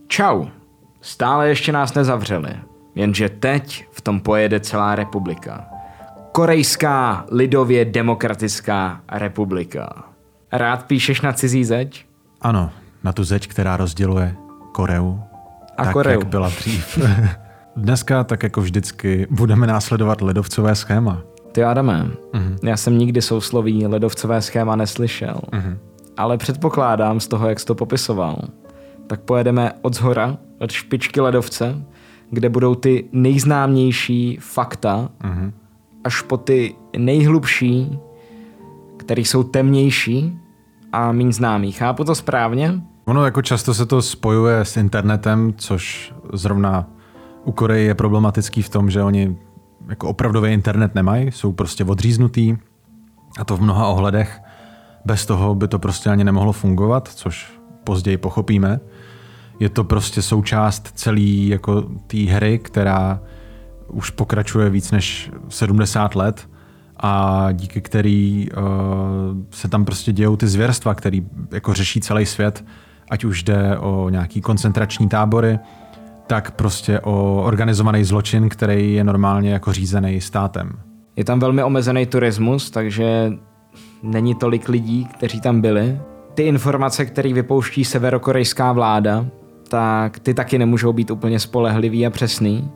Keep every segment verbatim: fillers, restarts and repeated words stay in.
Čau, stále ještě nás nezavřeli, jenže teď v tom pojede celá republika. Korejská lidově demokratická republika. Rád píšeš na cizí zeď? Ano, na tu zeď, která rozděluje Koreu. A tak, Koreu. Jak byla dřív. Dneska, tak jako vždycky, budeme následovat ledovcové schéma. Ty Adame, Mhm. já jsem nikdy sousloví ledovcové schéma neslyšel, Mhm. ale předpokládám z toho, jak jsi to popisoval. Tak pojedeme od zhora, od špičky ledovce, kde budou ty nejznámější fakta, Mhm. až po ty nejhlubší, které jsou temnější a méně známý. Chápu to správně? Ono jako často se to spojuje s internetem, což zrovna u Koreji je problematický v tom, že oni jako opravdový internet nemají, jsou prostě odříznutý a to v mnoha ohledech. Bez toho by to prostě ani nemohlo fungovat, což později pochopíme. Je to prostě součást celý jako té hry, která už pokračuje víc než sedmdesát let a díky který uh, se tam prostě dějou ty zvěrstva, který jako řeší celý svět, ať už jde o nějaký koncentrační tábory, tak prostě o organizovaný zločin, který je normálně jako řízený státem. Je tam velmi omezený turismus, takže není tolik lidí, kteří tam byli. Ty informace, které vypouští severokorejská vláda, tak ty taky nemůžou být úplně spolehlivý a přesný.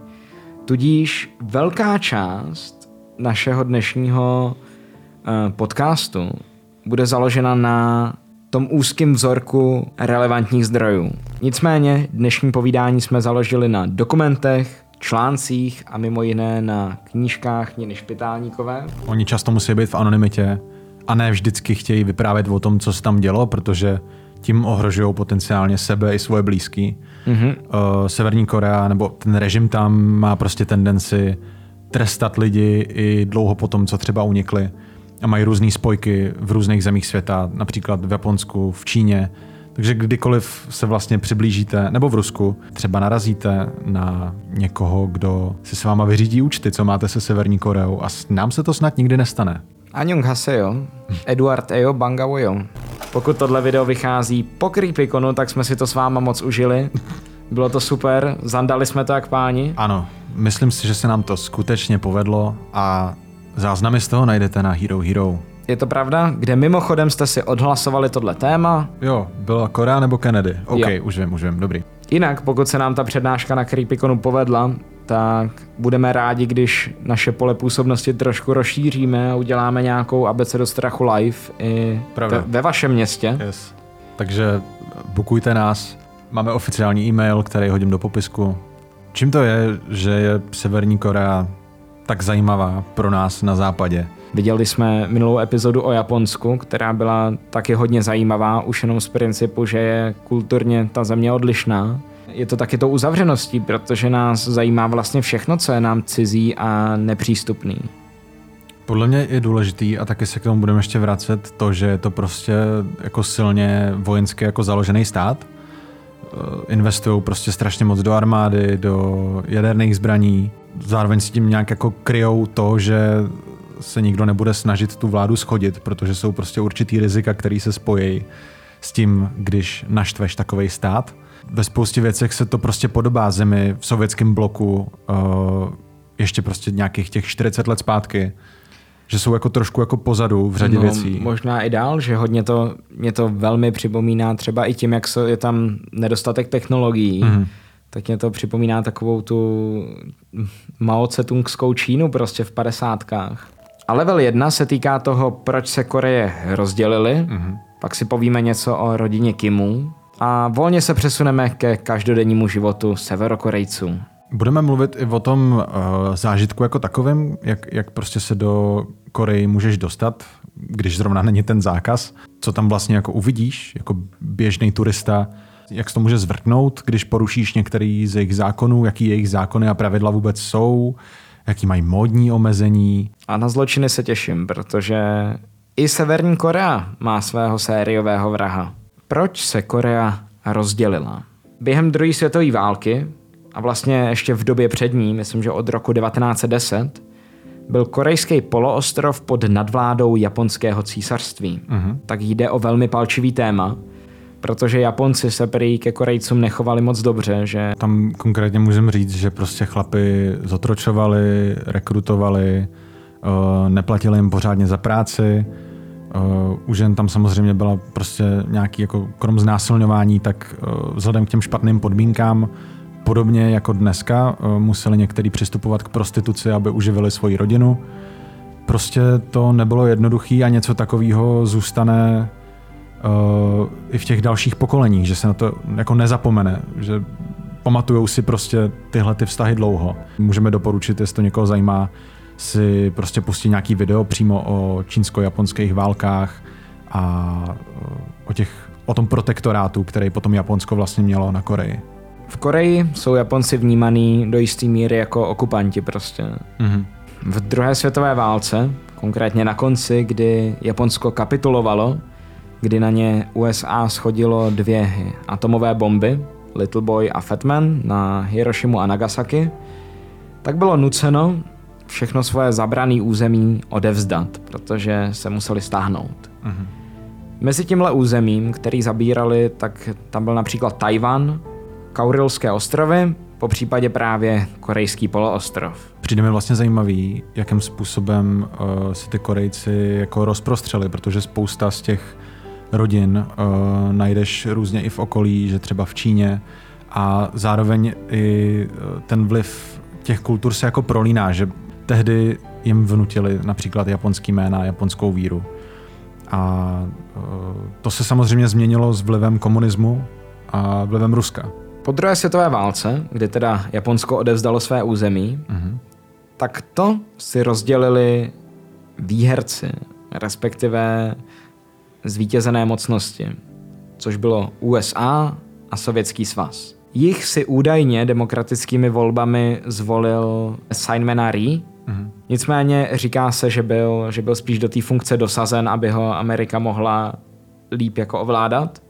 Tudíž velká část našeho dnešního uh, podcastu bude založena na tom úzkém vzorku relevantních zdrojů. Nicméně dnešní povídání jsme založili na dokumentech, článcích a mimo jiné na knížkách Niny Špitálníkové. Oni často musí být v anonymitě a ne vždycky chtějí vyprávět o tom, co se tam dělo, protože tím ohrožují potenciálně sebe i svoje blízký. Mm-hmm. Uh, Severní Korea nebo ten režim tam má prostě tendenci trestat lidi i dlouho po tom, co třeba unikli. A mají různé spojky v různých zemích světa, například v Japonsku, v Číně. Takže kdykoliv se vlastně přiblížíte, nebo v Rusku, třeba narazíte na někoho, kdo si s váma vyřídí účty, co máte se Severní Koreou a nám se to snad nikdy nestane. Annyeonghaseyo, Eduard Ejo, Bangawoyo. Pokud tohle video vychází po Creepyconu, tak jsme si to s váma moc užili. Bylo to super, zandali jsme to jak páni. Ano, myslím si, že se nám to skutečně povedlo a záznamy z toho najdete na Hero Hero. Je to pravda? Kde mimochodem jste si odhlasovali tohle téma? Jo, byla Korea nebo Kennedy? OK, Jo. už vím, už vím, dobrý. Jinak, pokud se nám ta přednáška na Creepyconu povedla, tak budeme rádi, když naše pole působnosti trošku rozšíříme a uděláme nějakou Abecedu strachu live i Pravda. ve, ve vašem městě. Yes. Takže bookujte nás. Máme oficiální e-mail, který hodím do popisku. Čím to je, že je Severní Korea tak zajímavá pro nás na západě? Viděli jsme minulou epizodu o Japonsku, která byla taky hodně zajímavá, už jenom z principu, že je kulturně ta země odlišná. Je to taky tou uzavřeností, protože nás zajímá vlastně všechno, co je nám cizí a nepřístupný. Podle mě je důležitý, a taky se k tomu budeme ještě vracet, to, že je to prostě jako silně vojensky jako založený stát. Investují prostě strašně moc do armády, do jaderných zbraní. Zároveň s tím nějak jako kryjou to, že se nikdo nebude snažit tu vládu schodit, protože jsou prostě určitý rizika, který se spojí s tím, když naštveš takovej stát. Ve spoustě věcech se to prostě podobá zemi v sovětském bloku uh, ještě prostě nějakých těch čtyřicet let zpátky, že jsou jako trošku jako pozadu v řadě no, věcí. Možná i dál, že hodně to, mě to velmi připomíná třeba i tím, jak je tam nedostatek technologií, mm. tak mě to připomíná takovou tu Mao Tse-tungskou Čínu prostě v padesátkách. A level jedna se týká toho, proč se Koreje rozdělily, mm. pak si povíme něco o rodině Kimů a volně se přesuneme ke každodennímu životu Severokorejců. Budeme mluvit i o tom uh, zážitku jako takovém, jak, jak prostě se do Koreji můžeš dostat, když zrovna není ten zákaz. Co tam vlastně jako uvidíš, jako běžný turista, jak se to může zvrtnout, když porušíš některý z jejich zákonů, jaký jejich zákony a pravidla vůbec jsou, jaký mají módní omezení. A na zločiny se těším, protože i Severní Korea má svého sériového vraha. Proč se Korea rozdělila? Během druhé světové války a vlastně ještě v době před ní, myslím, že od roku devatenáct set deset, byl korejský poloostrov pod nadvládou japonského císařství. Uh-huh. Tak jde o velmi palčivý téma, protože Japonci se prý ke Korejcům nechovali moc dobře, že... Tam konkrétně můžeme říct, že prostě chlapi zotročovali, rekrutovali, neplatili jim pořádně za práci. U žen tam samozřejmě byla prostě nějaký, jako krom znásilňování, tak vzhledem k těm špatným podmínkám, podobně jako dneska, museli někteří přistupovat k prostituci, aby uživili svoji rodinu. Prostě to nebylo jednoduché a něco takového zůstane uh, i v těch dalších pokoleních, že se na to jako nezapomene, že pamatujou si prostě tyhle ty vztahy dlouho. Můžeme doporučit, jestli to někoho zajímá, si prostě pustit nějaký video přímo o čínsko-japonských válkách a uh, o, těch, o tom protektorátu, který potom Japonsko vlastně mělo na Koreji. V Koreji jsou Japonci vnímaný do jisté míry jako okupanti prostě. Mm-hmm. V druhé světové válce, konkrétně na konci, kdy Japonsko kapitulovalo, kdy na ně U S A shodilo dvě atomové bomby, Little Boy a Fat Man, na Hirošimu a Nagasaki, tak bylo nuceno všechno svoje zabrané území odevzdat, protože se museli stáhnout. Mm-hmm. Mezi tímhle územím, který zabírali, tak tam byl například Tajvan, Kurilské ostrovy, po případě právě Korejský poloostrov. Přijde mi vlastně zajímavý, jakým způsobem uh, si ty Korejci jako rozprostřeli, protože spousta z těch rodin uh, najdeš různě i v okolí, že třeba v Číně, a zároveň i uh, ten vliv těch kultur se jako prolíná, že tehdy jim vnutili například japonský jména, japonskou víru. A uh, to se samozřejmě změnilo s vlivem komunismu a vlivem Ruska. Po druhé světové válce, kdy teda Japonsko odevzdalo své území, mm-hmm. tak to si rozdělili výherci, respektive zvítězené mocnosti, což bylo U S A a Sovětský svaz. Jich si údajně demokratickými volbami zvolil Syngman Rhee, mm-hmm. nicméně říká se, že byl, že byl spíš do té funkce dosazen, aby ho Amerika mohla líp jako ovládat.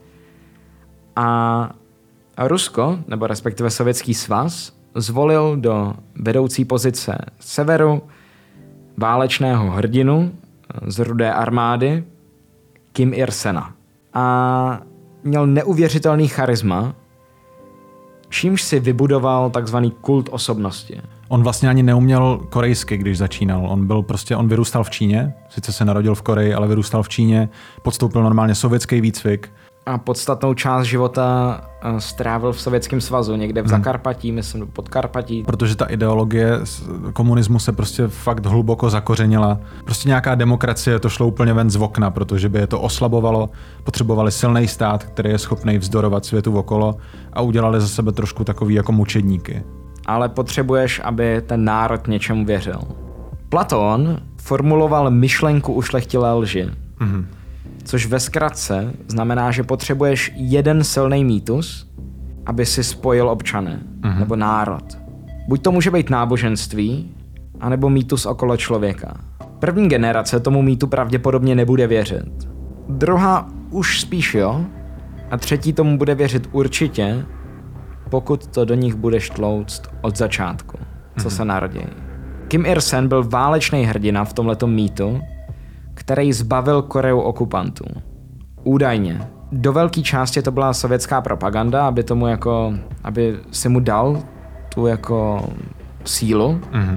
A A Rusko, nebo respektive Sovětský svaz, zvolil do vedoucí pozice severu válečného hrdinu z Rudé armády Kim Il-sena. A měl neuvěřitelný charisma, čímž si vybudoval takzvaný kult osobnosti. On vlastně ani neuměl korejsky, když začínal. On byl prostě, on vyrůstal v Číně, sice se narodil v Koreji, ale vyrůstal v Číně, podstoupil normálně sovětský výcvik. A podstatnou část života strávil v Sovětském svazu, někde v Zakarpatí, myslím, Podkarpatí. Protože ta ideologie komunismu se prostě fakt hluboko zakořenila. Prostě nějaká demokracie, to šlo úplně ven z okna, protože by je to oslabovalo. Potřebovali silný stát, který je schopný vzdorovat světu okolo, a udělali za sebe trošku takový jako mučedníky. Ale potřebuješ, aby ten národ něčemu věřil. Platón formuloval myšlenku ušlechtilé lži. Mhm. Což ve zkratce znamená, že potřebuješ jeden silný mýtus, aby si spojil občany, mm-hmm. nebo národ. Buď to může být náboženství, anebo mýtus okolo člověka. První generace tomu mýtu pravděpodobně nebude věřit. Druhá už spíš jo, a třetí tomu bude věřit určitě, pokud to do nich budeš tlouct od začátku, co mm-hmm. se narodí. Kim Il-sen byl válečný hrdina v tomhletom mýtu, který zbavil Koreu okupantů. Údajně. Do velké části to byla sovětská propaganda, aby tomu jako, aby si mu dal tu jako sílu, mm-hmm.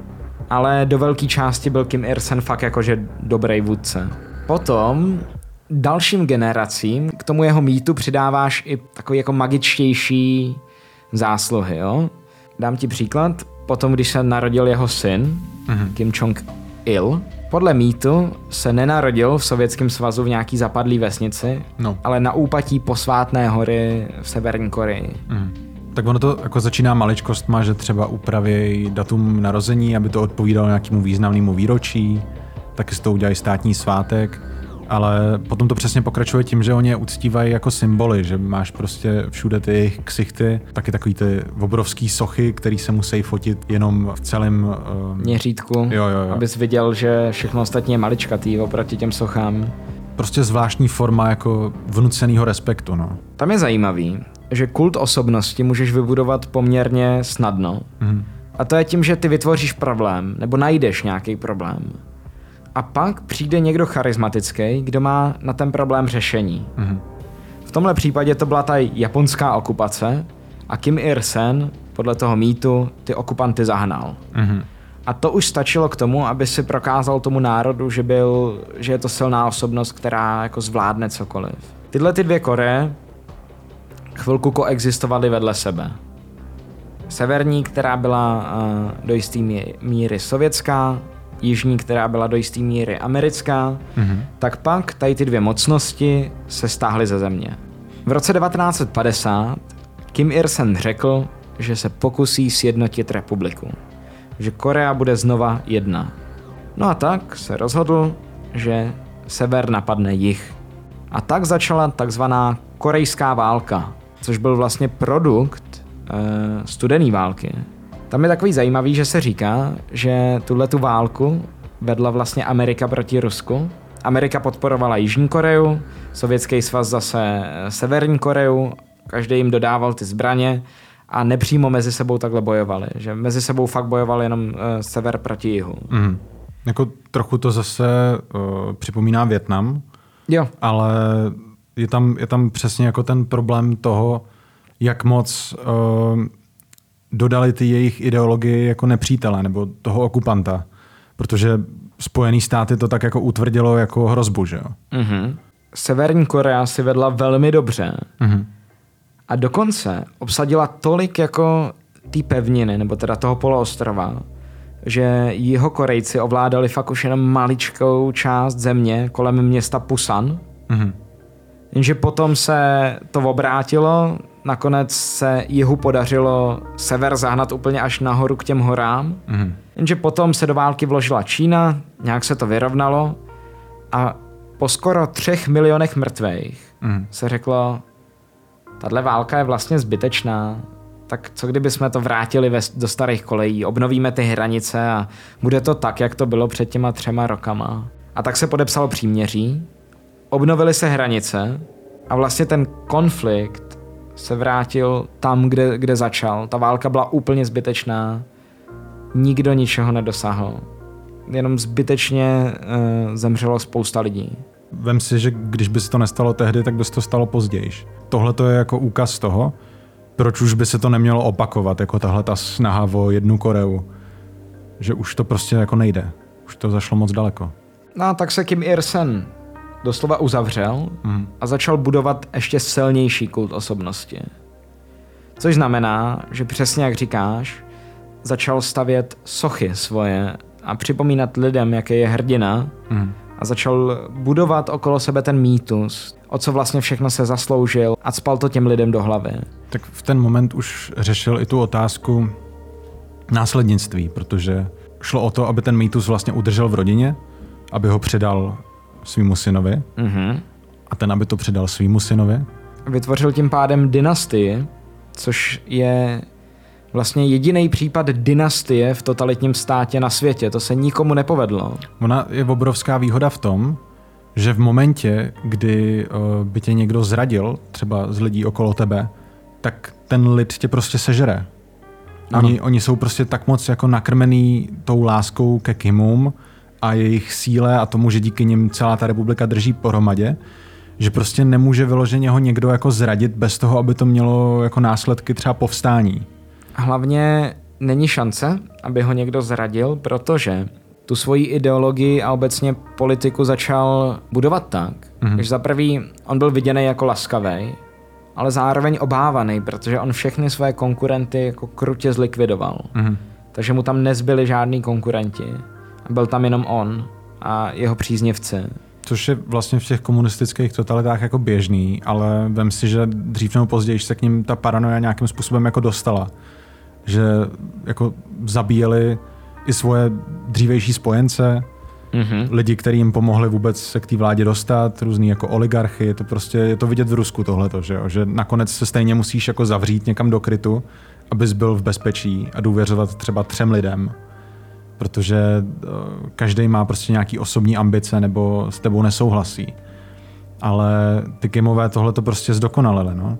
ale do velké části byl Kim Il-sen fakt jakože dobrý vůdce. Potom dalším generacím k tomu jeho mýtu přidáváš i takový jako magičtější zásluhy, jo? Dám ti příklad. Potom, když se narodil jeho syn, mm-hmm. Kim Jong-il, podle mýtu se nenarodil v Sovětském svazu v nějaký zapadlý vesnici, no. ale na úpatí posvátné hory v Severní Koreji. Mm. Tak ono to jako začíná maličkostma, že třeba upraví datum narození, aby to odpovídalo nějakému významnému výročí, taky si to udělají státní svátek, ale potom to přesně pokračuje tím, že oni je uctívají jako symboly, že máš prostě všude ty jejich ksichty, taky takový ty obrovský sochy, který se musí fotit jenom v celém uh... měřítku, jo, jo, jo. abys viděl, že všechno ostatní je maličkatý oproti těm sochám. Prostě zvláštní forma jako vnucenýho respektu, no. Tam je zajímavý, že kult osobnosti můžeš vybudovat poměrně snadno. Mm. A to je tím, že ty vytvoříš problém, nebo najdeš nějaký problém. A pak přijde někdo charismatický, kdo má na ten problém řešení. Mm. V tomhle případě to byla ta japonská okupace a Kim Il-sen podle toho mýtu ty okupanty zahnal. Mm-hmm. A to už stačilo k tomu, aby si prokázal tomu národu, že, byl, že je to silná osobnost, která jako zvládne cokoliv. Tyhle ty dvě Koreje chvilku koexistovaly vedle sebe. Severní, která byla uh, do jisté míry sovětská, jižní, která byla do jisté míry americká, mm-hmm. tak pak tady ty dvě mocnosti se stáhly ze země. V roce devatenáct set padesát Kim Il-sen řekl, že se pokusí sjednotit republiku. Že Korea bude znova jedna. No a tak se rozhodl, že sever napadne jih. A tak začala takzvaná korejská válka, což byl vlastně produkt e, studené války. Tam je takový zajímavý, že se říká, že tuhletu válku vedla vlastně Amerika proti Rusku. Amerika podporovala Jižní Koreu, Sovětský svaz zase Severní Koreu, každý jim dodával ty zbraně a nepřímo mezi sebou takhle bojovali. Že mezi sebou fakt bojovali jenom uh, sever proti jihu. Mm. Jako trochu to zase uh, připomíná Vietnam, jo. Ale je tam, je tam přesně jako ten problém toho, jak moc uh, dodali ty jejich ideologii jako nepřítele nebo toho okupanta. Protože Spojený státy to tak jako utvrdilo jako hrozbu, že jo? Mm-hmm. Severní Korea si vedla velmi dobře. Mm-hmm. A dokonce obsadila tolik jako té pevniny, nebo teda toho poloostrova, že Jihokorejci ovládali fakt už jenom maličkou část země kolem města Pusan. Mm-hmm. Jenže potom se to obrátilo, nakonec se jihu podařilo sever zahnat úplně až nahoru k těm horám. Mm-hmm. Jenže potom se do války vložila Čína, nějak se to vyrovnalo a po skoro třech milionech mrtvých mm-hmm. se řeklo, tahle válka je vlastně zbytečná, tak co kdyby jsme to vrátili ve, do starých kolejí, obnovíme ty hranice a bude to tak, jak to bylo před těma třema rokama. A tak se podepsalo příměří, obnovily se hranice a vlastně ten konflikt se vrátil tam, kde, kde začal. Ta válka byla úplně zbytečná, nikdo ničeho nedosáhl. Jenom zbytečně uh, zemřelo spousta lidí. Vem si, že když by se to nestalo tehdy, tak by se to stalo později. Tohle to je jako úkaz toho, proč už by se to nemělo opakovat, jako tahle ta snaha o jednu Koreu. Že už to prostě jako nejde. Už to zašlo moc daleko. No tak se Kim Il-sen doslova uzavřel mm. a začal budovat ještě silnější kult osobnosti. Což znamená, že přesně jak říkáš, začal stavět sochy svoje a připomínat lidem, jaký je hrdina mm. a začal budovat okolo sebe ten mýtus, o co vlastně všechno se zasloužil a cpal to těm lidem do hlavy. Tak v ten moment už řešil i tu otázku následnictví, protože šlo o to, aby ten mýtus vlastně udržel v rodině, aby ho předal svýmu synovi mm-hmm. a ten, aby to předal svýmu synovi. Vytvořil tím pádem dynastii, což je vlastně jediný případ dynastie v totalitním státě na světě. To se nikomu nepovedlo. Ona je obrovská výhoda v tom, že v momentě, kdy uh, by tě někdo zradil, třeba z lidí okolo tebe, tak ten lid tě prostě sežere. Oni, oni jsou prostě tak moc jako nakrmený tou láskou ke Kimům a jejich síle a tomu, že díky nim celá ta republika drží pohromadě, že prostě nemůže vyloženě ho někdo jako zradit bez toho, aby to mělo jako následky třeba povstání. Hlavně není šance, aby ho někdo zradil, protože tu svoji ideologii a obecně politiku začal budovat tak, mm-hmm. že za prvý on byl viděný jako laskavý, ale zároveň obávaný, protože on všechny své konkurenty jako krutě zlikvidoval. Mm-hmm. Takže mu tam nezbyli žádný konkurenti. Byl tam jenom on a jeho příznivci. Což je vlastně v těch komunistických totalitách jako běžný, ale vem si, že dřív nebo později se k ním ta paranoja nějakým způsobem jako dostala. Že jako zabíjeli i svoje dřívejší spojence, mm-hmm. lidi, kteří jim pomohli vůbec se k té vládě dostat, různý jako oligarchy, je to prostě, je to vidět v Rusku tohleto, že jo? Že nakonec se stejně musíš jako zavřít někam do krytu, abys byl v bezpečí a důvěřovat třeba třem lidem, protože každý má prostě nějaký osobní ambice nebo s tebou nesouhlasí. Ale ty Kimové tohleto prostě zdokonalili, no.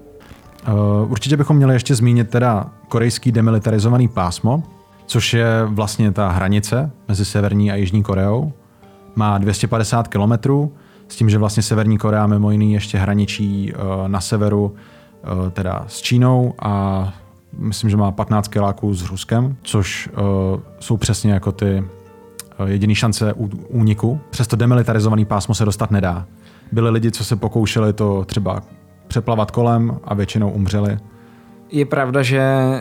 Určitě bychom měli ještě zmínit teda korejský demilitarizovaný pásmo, což je vlastně ta hranice mezi Severní a Jižní Koreou. Má dvě stě padesát kilometrů, s tím, že vlastně Severní Korea mimo jiný ještě hraničí uh, na severu uh, teda s Čínou a myslím, že má patnáct kiláků s Ruskem, což uh, jsou přesně jako ty uh, jediný šance úniku. Přesto demilitarizovaný pásmo se dostat nedá. Byli lidi, co se pokoušeli to třeba přeplavat kolem a většinou umřeli. Je pravda, že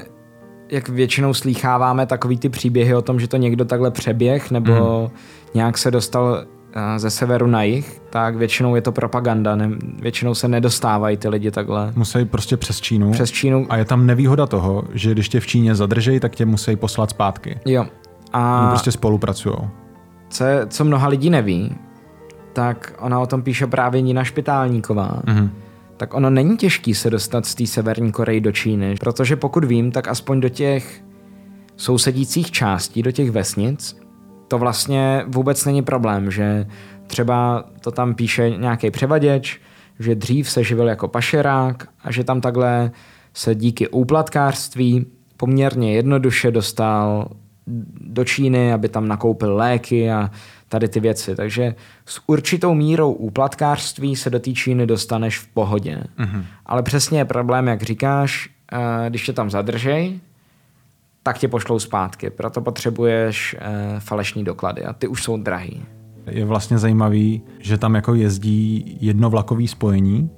jak většinou slýcháváme takový ty příběhy o tom, že to někdo takhle přeběh nebo mm. nějak se dostal ze severu na jih, tak většinou je to propaganda. Ne, většinou se nedostávají ty lidi takhle. Musí prostě přes Čínu. Přes Čínu. A je tam nevýhoda toho, že když tě v Číně zadržej, tak tě musí poslat zpátky. Jo. A Oni prostě spolupracujou. Co, co mnoha lidí neví, tak ona o tom píše právě Nina Špitálníková. Mm. Tak ono není těžký se dostat z té Severní Koreji do Číny, protože pokud vím, tak aspoň do těch sousedících částí, do těch vesnic, to vlastně vůbec není problém, že třeba to tam píše nějaký převaděč, že dřív se živil jako pašerák a že tam takhle se díky úplatkářství poměrně jednoduše dostal do Číny, aby tam nakoupil léky a tady ty věci. Takže s určitou mírou úplatkářství se do té Číny dostaneš v pohodě. Mm-hmm. Ale přesně je problém, jak říkáš, když tě tam zadržej, tak tě pošlou zpátky. Proto potřebuješ falešní doklady a ty už jsou drahý. Je vlastně zajímavý, že tam jako jezdí jedno vlakový spojení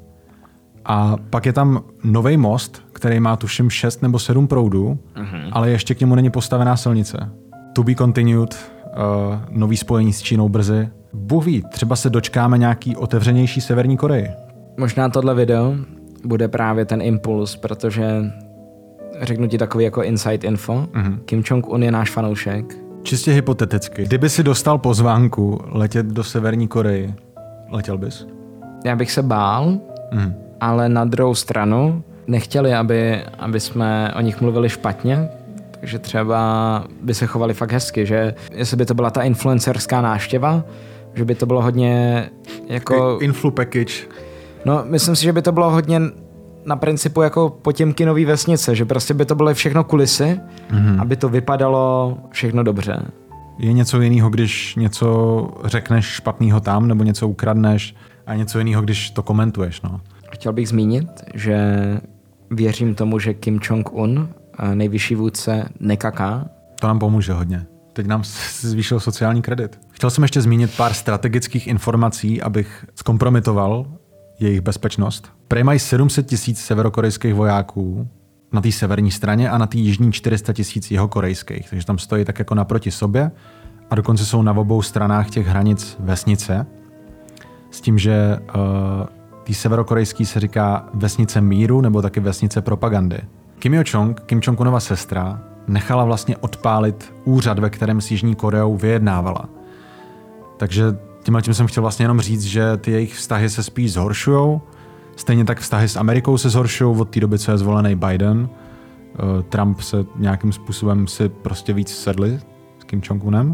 a pak je tam nový most, který má tuším šest nebo sedm proudů, mm-hmm. ale ještě k němu není postavená silnice. To be continued, uh, nový spojení s Čínou brzy. Bůh ví, třeba se dočkáme nějaký otevřenější Severní Koreji. Možná tohle video bude právě ten impuls, protože řeknu ti takový jako inside info. Mm-hmm. Kim Jong-un je náš fanoušek. Čistě hypoteticky. Kdyby si dostal pozvánku letět do Severní Koreji, letěl bys? Já bych se bál, mm. ale na druhou stranu nechtěli, aby, aby jsme o nich mluvili špatně, takže třeba by se chovali fakt hezky, že jestli by to byla ta influencerská návštěva, že by to bylo hodně jako... Influ package. No, myslím si, že by to bylo hodně na principu jako Potěmkinový vesnice, že prostě by to byly všechno kulisy, mm-hmm. aby to vypadalo všechno dobře. Je něco jiného, když něco řekneš špatného tam, nebo něco ukradneš, a něco jiného, když to komentuješ, no. Chtěl bych zmínit, že věřím tomu, že Kim Jong-un, nejvyšší vůdce, nekaká. To nám pomůže hodně. Teď nám zvýšil sociální kredit. Chtěl jsem ještě zmínit pár strategických informací, abych zkompromitoval jejich bezpečnost. Prej mají sedm set tisíc severokorejských vojáků na té severní straně a na té jižní čtyři sta tisíc jihokorejských. Takže tam stojí tak jako naproti sobě a dokonce jsou na obou stranách těch hranic vesnice. S tím, že uh, tý severokorejský se říká vesnice míru nebo taky vesnice propagandy. Kim Jo-chong, Kim Jong-unova sestra, nechala vlastně odpálit úřad, ve kterém s Jižní Koreou vyjednávala. Takže tímhle tím jsem chtěl vlastně jenom říct, že ty jejich vztahy se spíš zhoršujou. Stejně tak vztahy s Amerikou se zhoršují od té doby, co je zvolený Biden. Trump se nějakým způsobem si prostě víc sedli s Kim Jong-unem.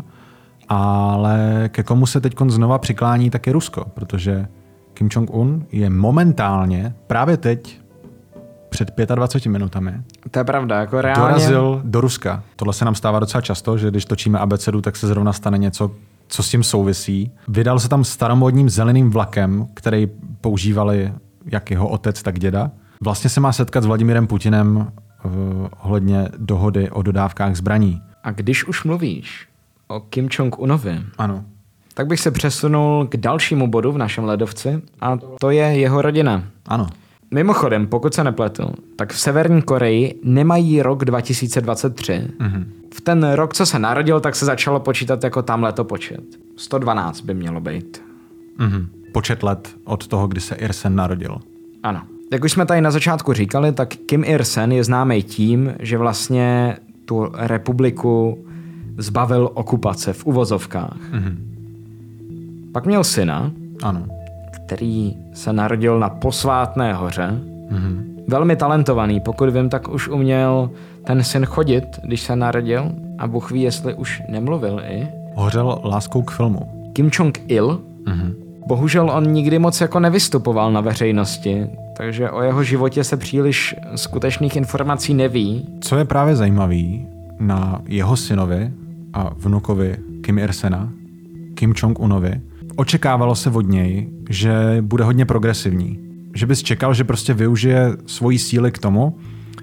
Ale ke komu se teď znova přiklání, tak je Rusko, protože Kim Jong-un je momentálně, právě teď, před dvaceti pěti minutami, to je pravda, jako reálně dorazil do Ruska. Tohle se nám stává docela často, že když točíme abecedu, tak se zrovna stane něco, co s tím souvisí. Vydal se tam staromódním zeleným vlakem, který používali jak jeho otec, tak děda. Vlastně se má setkat s Vladimírem Putinem uh, ohledně dohody o dodávkách zbraní. A když už mluvíš o Kim Jong-unovi, ano, tak bych se přesunul k dalšímu bodu v našem ledovci a to je jeho rodina. Ano. Mimochodem, pokud se nepletu, tak v Severní Koreji nemají rok dva tisíce dvacet tři. Mm-hmm. V ten rok, co se narodil, tak se začalo počítat jako tam letopočet. sto dvanáct by mělo být. Mm-hmm. Počet let od toho, kdy se Ir-sen narodil. Ano. Jak už jsme tady na začátku říkali, tak Kim Ir-sen je známý tím, že vlastně tu republiku zbavil okupace v uvozovkách. Mm-hmm. Pak měl syna, ano, který se narodil na Posvátné hoře. Mm-hmm. Velmi talentovaný, pokud vím, tak už uměl ten syn chodit, když se narodil a Bůh ví, jestli už nemluvil i. Hořel láskou k filmu. Kim Jong-il, mm-hmm. bohužel on nikdy moc jako nevystupoval na veřejnosti, takže o jeho životě se příliš skutečných informací neví. Co je právě zajímavý na jeho synovi a vnukovi Kim Ir-sena, Kim Jong-unovi, očekávalo se od něj, že bude hodně progresivní. Že bys čekal, že prostě využije svoji síly k tomu,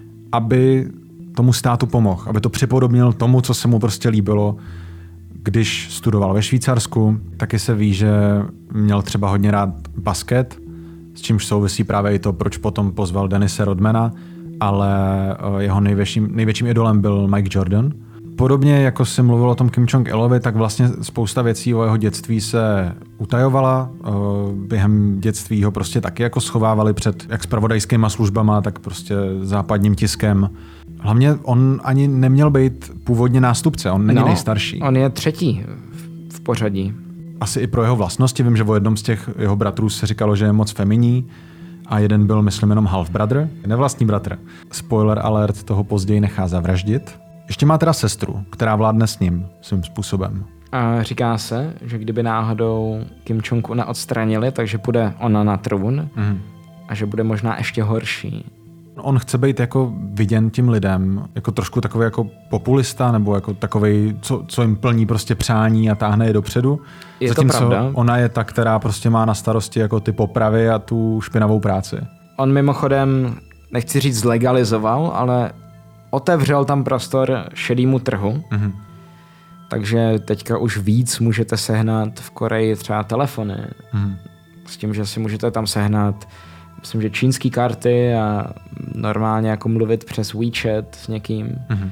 aby tomu státu pomohl, aby to připodobnil tomu, co se mu prostě líbilo, když studoval ve Švýcarsku. Taky se ví, že měl třeba hodně rád basket, s čímž souvisí právě i to, proč potom pozval Dennise Rodmana, ale jeho největším, největším idolem byl Mike Jordan. Podobně jako si mluvil o tom Kim Jong-ilovi, tak vlastně spousta věcí o jeho dětství se utajovala. Během dětství ho prostě taky jako schovávali před jak zpravodajskýma službama, tak prostě západním tiskem. Hlavně on ani neměl být původně nástupce, on není no, nejstarší. On je třetí v pořadí. Asi i pro jeho vlastnosti, vím, že o jednom z těch jeho bratrů se říkalo, že je moc feminní a jeden byl, myslím, jenom half brother, nevlastní bratr. Spoiler alert, toho později nechá zavraždit. Ještě má teda sestru, která vládne s ním svým způsobem. A říká se, že kdyby náhodou Kim Jong-una odstranili, takže půjde ona na trůn mm. a že bude možná ještě horší. On chce být jako viděn tím lidem, jako trošku takový jako populista, nebo jako takovej, co, co jim plní prostě přání a táhne je dopředu. Je Zatímco to pravda. Ona je ta, která prostě má na starosti jako ty popravy a tu špinavou práci. On mimochodem, nechci říct zlegalizoval, ale otevřel tam prostor šedému trhu. Mm-hmm. Takže teďka už víc můžete sehnat v Koreji třeba telefony. Mm. S tím, že si můžete tam sehnat myslím, že čínský karty a normálně jako mluvit přes WeChat s někým. Mm-hmm.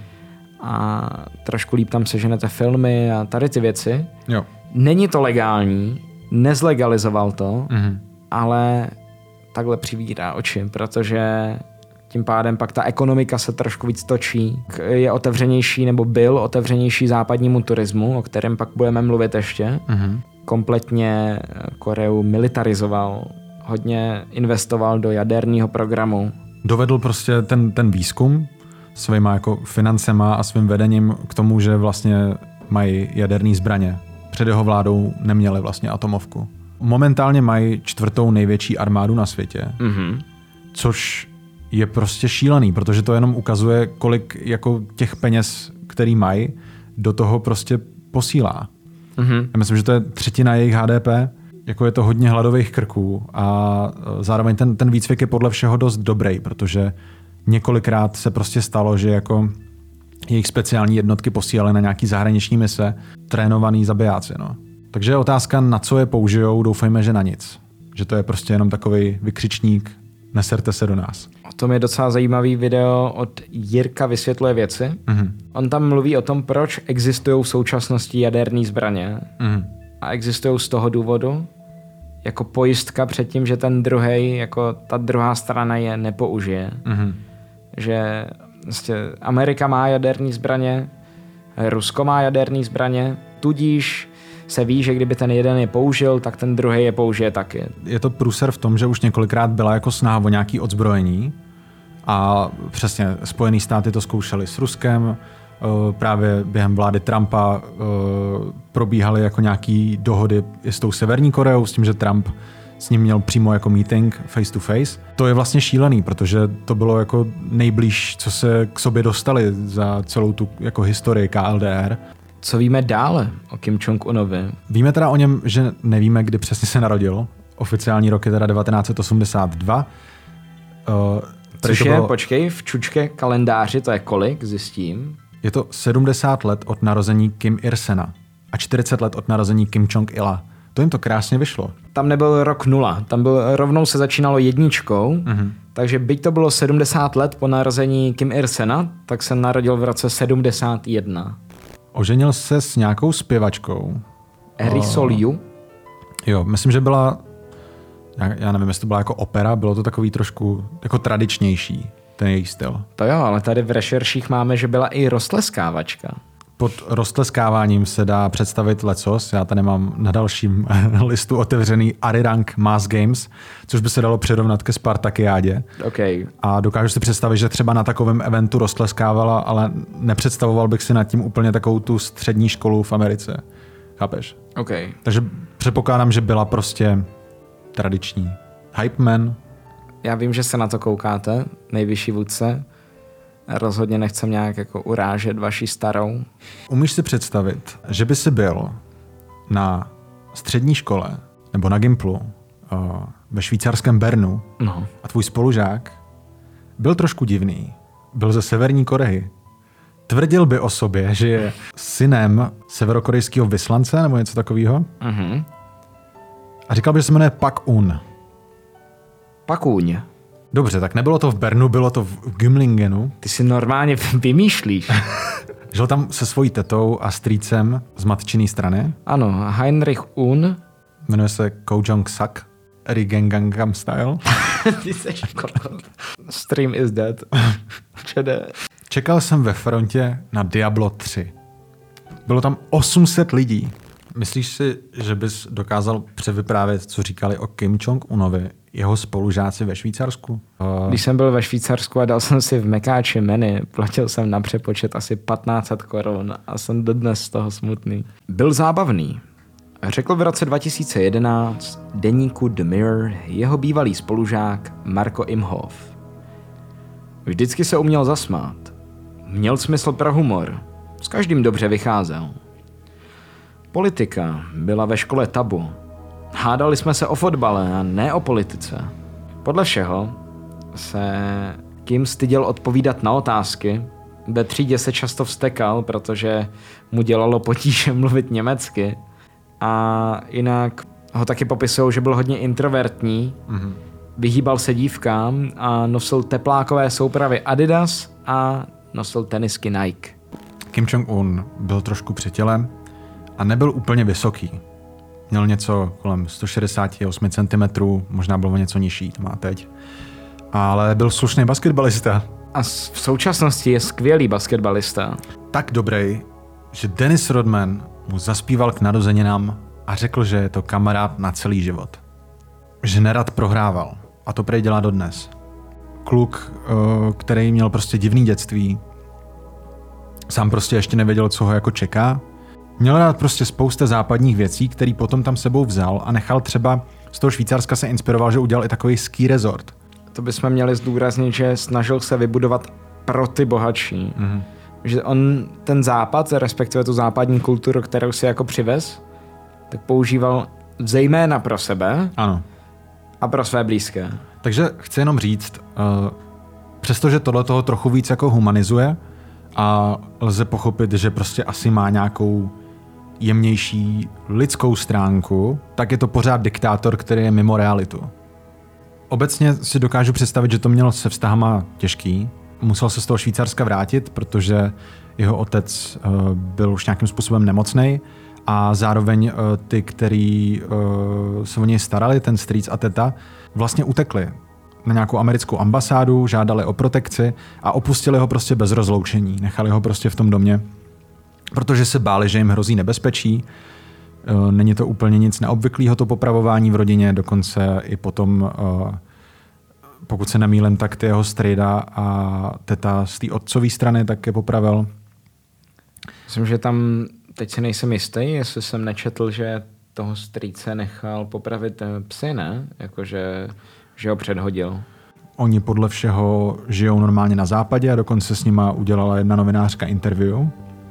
A trošku líp tam seženete filmy a tady ty věci. Jo. Není to legální, nezlegalizoval to, mm-hmm. ale takhle přivírá oči, protože tím pádem pak ta ekonomika se trošku víc točí. Je otevřenější nebo byl otevřenější západnímu turismu, o kterém pak budeme mluvit ještě. Mm-hmm. Kompletně Koreu militarizoval, hodně investoval do jaderního programu. Dovedl prostě ten, ten výzkum svýma jako financema a svým vedením k tomu, že vlastně mají jaderné zbraně. Před jeho vládou neměli vlastně atomovku. Momentálně mají čtvrtou největší armádu na světě, mm-hmm. což je prostě šílený, protože to jenom ukazuje, kolik jako těch peněz, který mají, do toho prostě posílá. Mm-hmm. Já myslím, že to je třetina jejich H D P, jako je to hodně hladových krků a zároveň ten, ten výcvik je podle všeho dost dobrý, protože několikrát se prostě stalo, že jako jejich speciální jednotky posílaly na nějaký zahraniční mise trénovaný zabijáci. No. Takže je otázka, na co je použijou, doufejme, že na nic. Že to je prostě jenom takový vykřičník, neserte se do nás. O tom je docela zajímavý video od Jirka vysvětluje věci. Mm-hmm. On tam mluví o tom, proč existují v současnosti jaderné zbraně. Mm-hmm. A existují z toho důvodu, jako pojistka před tím, že ten druhej, jako ta druhá strana je nepoužije. Mm-hmm. Že vlastně Amerika má jaderné zbraně, Rusko má jaderné zbraně, tudíž se ví, že kdyby ten jeden je použil, tak ten druhý je použije taky. Je to průser v tom, že už několikrát byla jako snaha o nějaký odzbrojení a přesně Spojené státy to zkoušely s Ruskem, právě během vlády Trumpa probíhaly jako nějaký dohody i s tou Severní Koreou, s tím, že Trump s ním měl přímo jako meeting face to face. To je vlastně šílený, protože to bylo jako nejblíž, co se k sobě dostali za celou tu jako historii K L D R. Co víme dále o Kim Jong-unovi? Víme teda o něm, že nevíme, kdy přesně se narodil. Oficiální rok je teda devatenáct set osmdesát dva. Uh, Což je, bylo... počkej, v čučke kalendáři to je kolik, zjistím. Je to sedmdesát let od narození Kim Il-sena a čtyřicet let od narození Kim Jong-ila. To jim to krásně vyšlo. Tam nebyl rok nula, tam byl, rovnou se začínalo jedničkou, mm-hmm. takže byť to bylo sedmdesát let po narození Kim Il-sena, tak se narodil v roce sedmdesát jedna. Oženil se s nějakou zpěvačkou. Ri Sol-ju? Jo, myslím, že byla, já, já nevím, jestli to byla jako opera, bylo to takový trošku jako tradičnější, ten její styl. To jo, ale tady v rešerších máme, že byla i roztleskávačka. Pod roztleskáváním se dá představit lecos. Já tady mám na dalším listu otevřený Arirang Mass Games, což by se dalo přirovnat ke Spartakiádě. Okay. A dokážu si představit, že třeba na takovém eventu roztleskávala, ale nepředstavoval bych si nad tím úplně takovou tu střední školu v Americe. Chápeš? Okay. Takže předpokládám, že byla prostě tradiční. Hype man. Já vím, že se na to koukáte, nejvyšší vůdce. Rozhodně nechcem nějak jako urážet vaši starou. Umíš si představit, že by si byl na střední škole nebo na Gimplu uh, ve švýcarském Bernu no. a tvůj spolužák byl trošku divný. Byl ze Severní Koreji. Tvrdil by o sobě, že je synem severokorejského vyslance nebo něco takového. Mhm. A říkal by, že se jmenuje Pak Un. Pakůň. Dobře, tak nebylo to v Bernu, bylo to v Gymlingenu. Ty si normálně vymýšlíš. Žil tam se svojí tetou a strýcem z matčiný strany. Ano, Heinrich Un. Jmenuje se Ko Jong-sak. Rigengangnam Style. Ty seš Stream is dead. Čede. Čekal jsem ve frontě na Diablo tři. Bylo tam osm set lidí. Myslíš si, že bys dokázal převyprávět, co říkali o Kim Jong-unovi jeho spolužáci ve Švýcarsku? Když jsem byl ve Švýcarsku a dal jsem si v Mekáči menu, platil jsem na přepočet asi patnáct set korun a jsem dodnes z toho smutný. Byl zábavný. Řekl v roce dva tisíce jedenáct deníku The Mirror jeho bývalý spolužák Marko Imhoff. Vždycky se uměl zasmát. Měl smysl pro humor. S každým dobře vycházel. Politika byla ve škole tabu. Hádali jsme se o fotbale a ne o politice. Podle všeho se Kim styděl odpovídat na otázky. Ve třídě se často vztekal, protože mu dělalo potíže mluvit německy. A jinak ho taky popisují, že byl hodně introvertní, mm-hmm. vyhýbal se dívkám a nosil teplákové soupravy Adidas a nosil tenisky Nike. Kim Jong-un byl trošku při těle a nebyl úplně vysoký. Měl něco kolem sto šedesát osm centimetrů, možná bylo něco nižší, to má teď. Ale byl slušný basketbalista. A v současnosti je skvělý basketbalista. Tak dobrý, že Dennis Rodman mu zaspíval k narozeninám a řekl, že je to kamarád na celý život. Že nerad prohrával. A to prej dělá dodnes. Kluk, který měl prostě divný dětství, sám prostě ještě nevěděl, co ho jako čeká. Měl rád prostě spousta západních věcí, který potom tam sebou vzal a nechal třeba z toho Švýcarska se inspiroval, že udělal i takový ski resort. To bychom měli zdůraznit, že snažil se vybudovat pro ty bohatší. Mm-hmm. Že on ten západ, respektive tu západní kulturu, kterou si jako přivez, tak používal zejména pro sebe. Ano. A pro své blízké. Takže chci jenom říct, uh, přestože tohle toho trochu víc jako humanizuje a lze pochopit, že prostě asi má nějakou jemnější lidskou stránku, tak je to pořád diktátor, který je mimo realitu. Obecně si dokážu představit, že to měl se vztahama těžký. Musel se z toho Švýcarska vrátit, protože jeho otec uh, byl už nějakým způsobem nemocnej a zároveň uh, ty, který uh, se o něj starali, ten strýc a teta, vlastně utekli na nějakou americkou ambasádu, žádali o protekci a opustili ho prostě bez rozloučení. Nechali ho prostě v tom domě, protože se báli, že jim hrozí nebezpečí. Uh, není to úplně nic neobvyklého, to popravování v rodině, dokonce i potom... Uh, pokud se nemýlím, tak ty jeho strejda a teta z té otcové strany také popravil. Myslím, že tam, teď si nejsem jistý, jestli jsem nečetl, že toho strýce nechal popravit psy, ne? Jakože, že ho předhodil. Oni podle všeho žijou normálně na západě a dokonce s nima udělala jedna novinářka interview.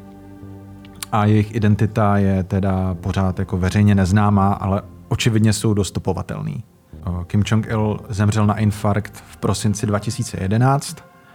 A jejich identita je teda pořád jako veřejně neznámá, ale očividně jsou dostupovatelný. Kim Jong-il zemřel na infarkt v prosinci dva tisíce jedenáct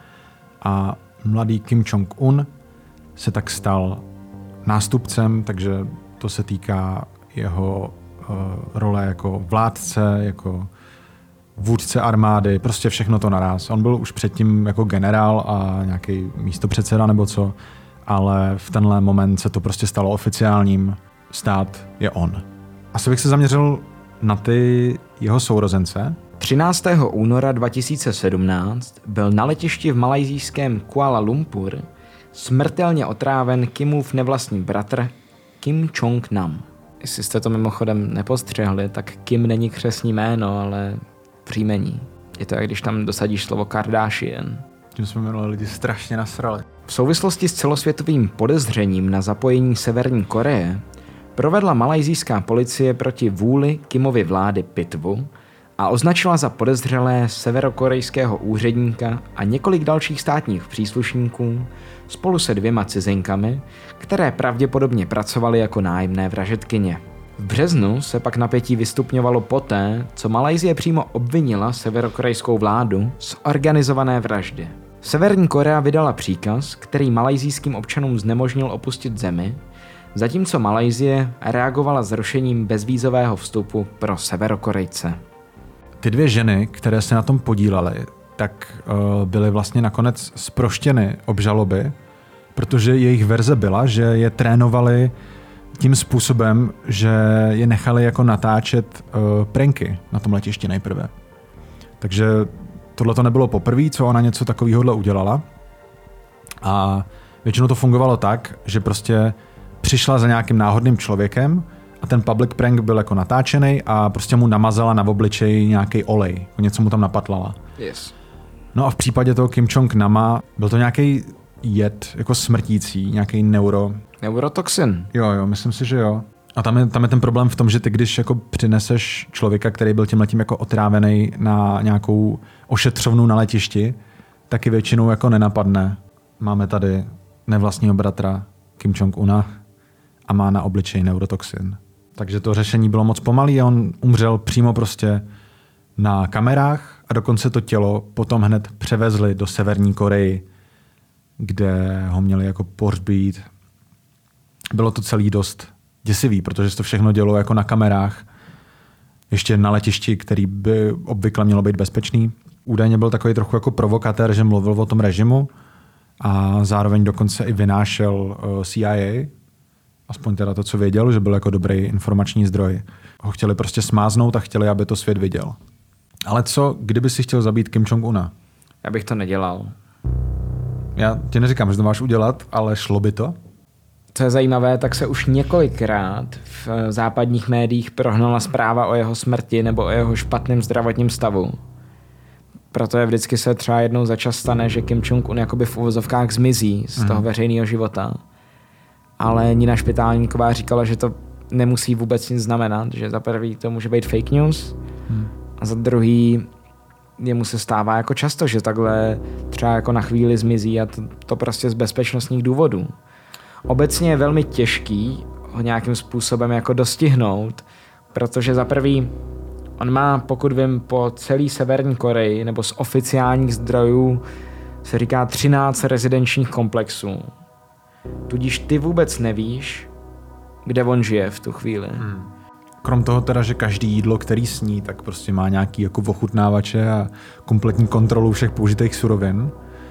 a mladý Kim Jong-un se tak stal nástupcem, takže to se týká jeho uh, role jako vládce, jako vůdce armády, prostě všechno to naraz. On byl už předtím jako generál a nějaký místopředseda nebo co, ale v tenhle moment se to prostě stalo oficiálním. Stát je on. Asi bych se zaměřil na ty jeho sourozence. třináctého února dva tisíce sedmnáct byl na letišti v malajsijském Kuala Lumpur smrtelně otráven Kimův nevlastní bratr Kim Jong-nam. Jestli jste to mimochodem nepostřehli, tak Kim není křestní jméno, ale příjmení. Je to, jak když tam dosadíš slovo Kardashian. Tím jsme minulé lidi strašně nasrali. V souvislosti s celosvětovým podezřením na zapojení Severní Koreje provedla malajsijská policie proti vůli Kimovy vlády pitvu a označila za podezřelé severokorejského úředníka a několik dalších státních příslušníků spolu se dvěma cizinkami, které pravděpodobně pracovaly jako nájemné vražedkyně. V březnu se pak napětí vystupňovalo poté, co Malajsie přímo obvinila severokorejskou vládu z organizované vraždy. Severní Korea vydala příkaz, který malajsijským občanům znemožnil opustit zemi, zatímco Malajsie reagovala zrušením bezvízového vstupu pro Severokorejce. Ty dvě ženy, které se na tom podílely, tak uh, byly vlastně nakonec zproštěny obžaloby, protože jejich verze byla, že je trénovali tím způsobem, že je nechali jako natáčet uh, pranky na tom letišti nejprve. Takže tohle to nebylo poprvé, co ona něco takového udělala. A většinou to fungovalo tak, že prostě přišla za nějakým náhodným člověkem a ten public prank byl jako natáčený a prostě mu namazala na obličej nějaký olej. Něco mu tam napatlala. Yes. No a v případě toho Kim Jong-nama byl to nějaký jed, jako smrtící, nějaký neuro... Neurotoxin. Jo, jo, myslím si, že jo. A tam je, tam je ten problém v tom, že ty když jako přineseš člověka, který byl tímhletím jako otrávený na nějakou ošetřovnu na letišti, taky většinou jako nenapadne. Máme tady nevlastního bratra Kim Jong-una a má na obličeji neurotoxin. Takže to řešení bylo moc pomalý a on umřel přímo prostě na kamerách a dokonce to tělo potom hned převezli do Severní Koreji, kde ho měli jako pohřbít. Bylo to celý dost děsivý, protože se to všechno dělo jako na kamerách, ještě na letišti, který by obvykle mělo být bezpečný. Údajně byl takový trochu jako provokatér, že mluvil o tom režimu a zároveň dokonce i vynášel C I A, aspoň teda to, co věděl, že byl jako dobrý informační zdroj. Ho chtěli prostě smáznout a chtěli, aby to svět viděl. Ale co, kdyby si chtěl zabít Kim Jong-una? Já bych to nedělal. Já ti neříkám, že to máš udělat, ale šlo by to? Co je zajímavé, tak se už několikrát v západních médiích prohnala zpráva o jeho smrti nebo o jeho špatném zdravotním stavu. Proto je vždycky se třeba jednou za čas stane, že Kim Jong-un jakoby v uvozovkách zmizí z toho veřejného života. Ale Nina Špitálníková říkala, že to nemusí vůbec nic znamenat, že za prvý to může být fake news hmm. a za druhý jemu se stává jako často, že takhle třeba jako na chvíli zmizí a to, to prostě z bezpečnostních důvodů. Obecně je velmi těžký ho nějakým způsobem jako dostihnout, protože za prvý on má, pokud vím, po celé Severní Koreji nebo z oficiálních zdrojů se říká třináct rezidenčních komplexů. Tudíž ty vůbec nevíš, kde on žije v tu chvíli. Hmm. Krom toho teda, že každý jídlo, který sní, tak prostě má nějaký jako ochutnávače a kompletní kontrolu všech použitých surovin,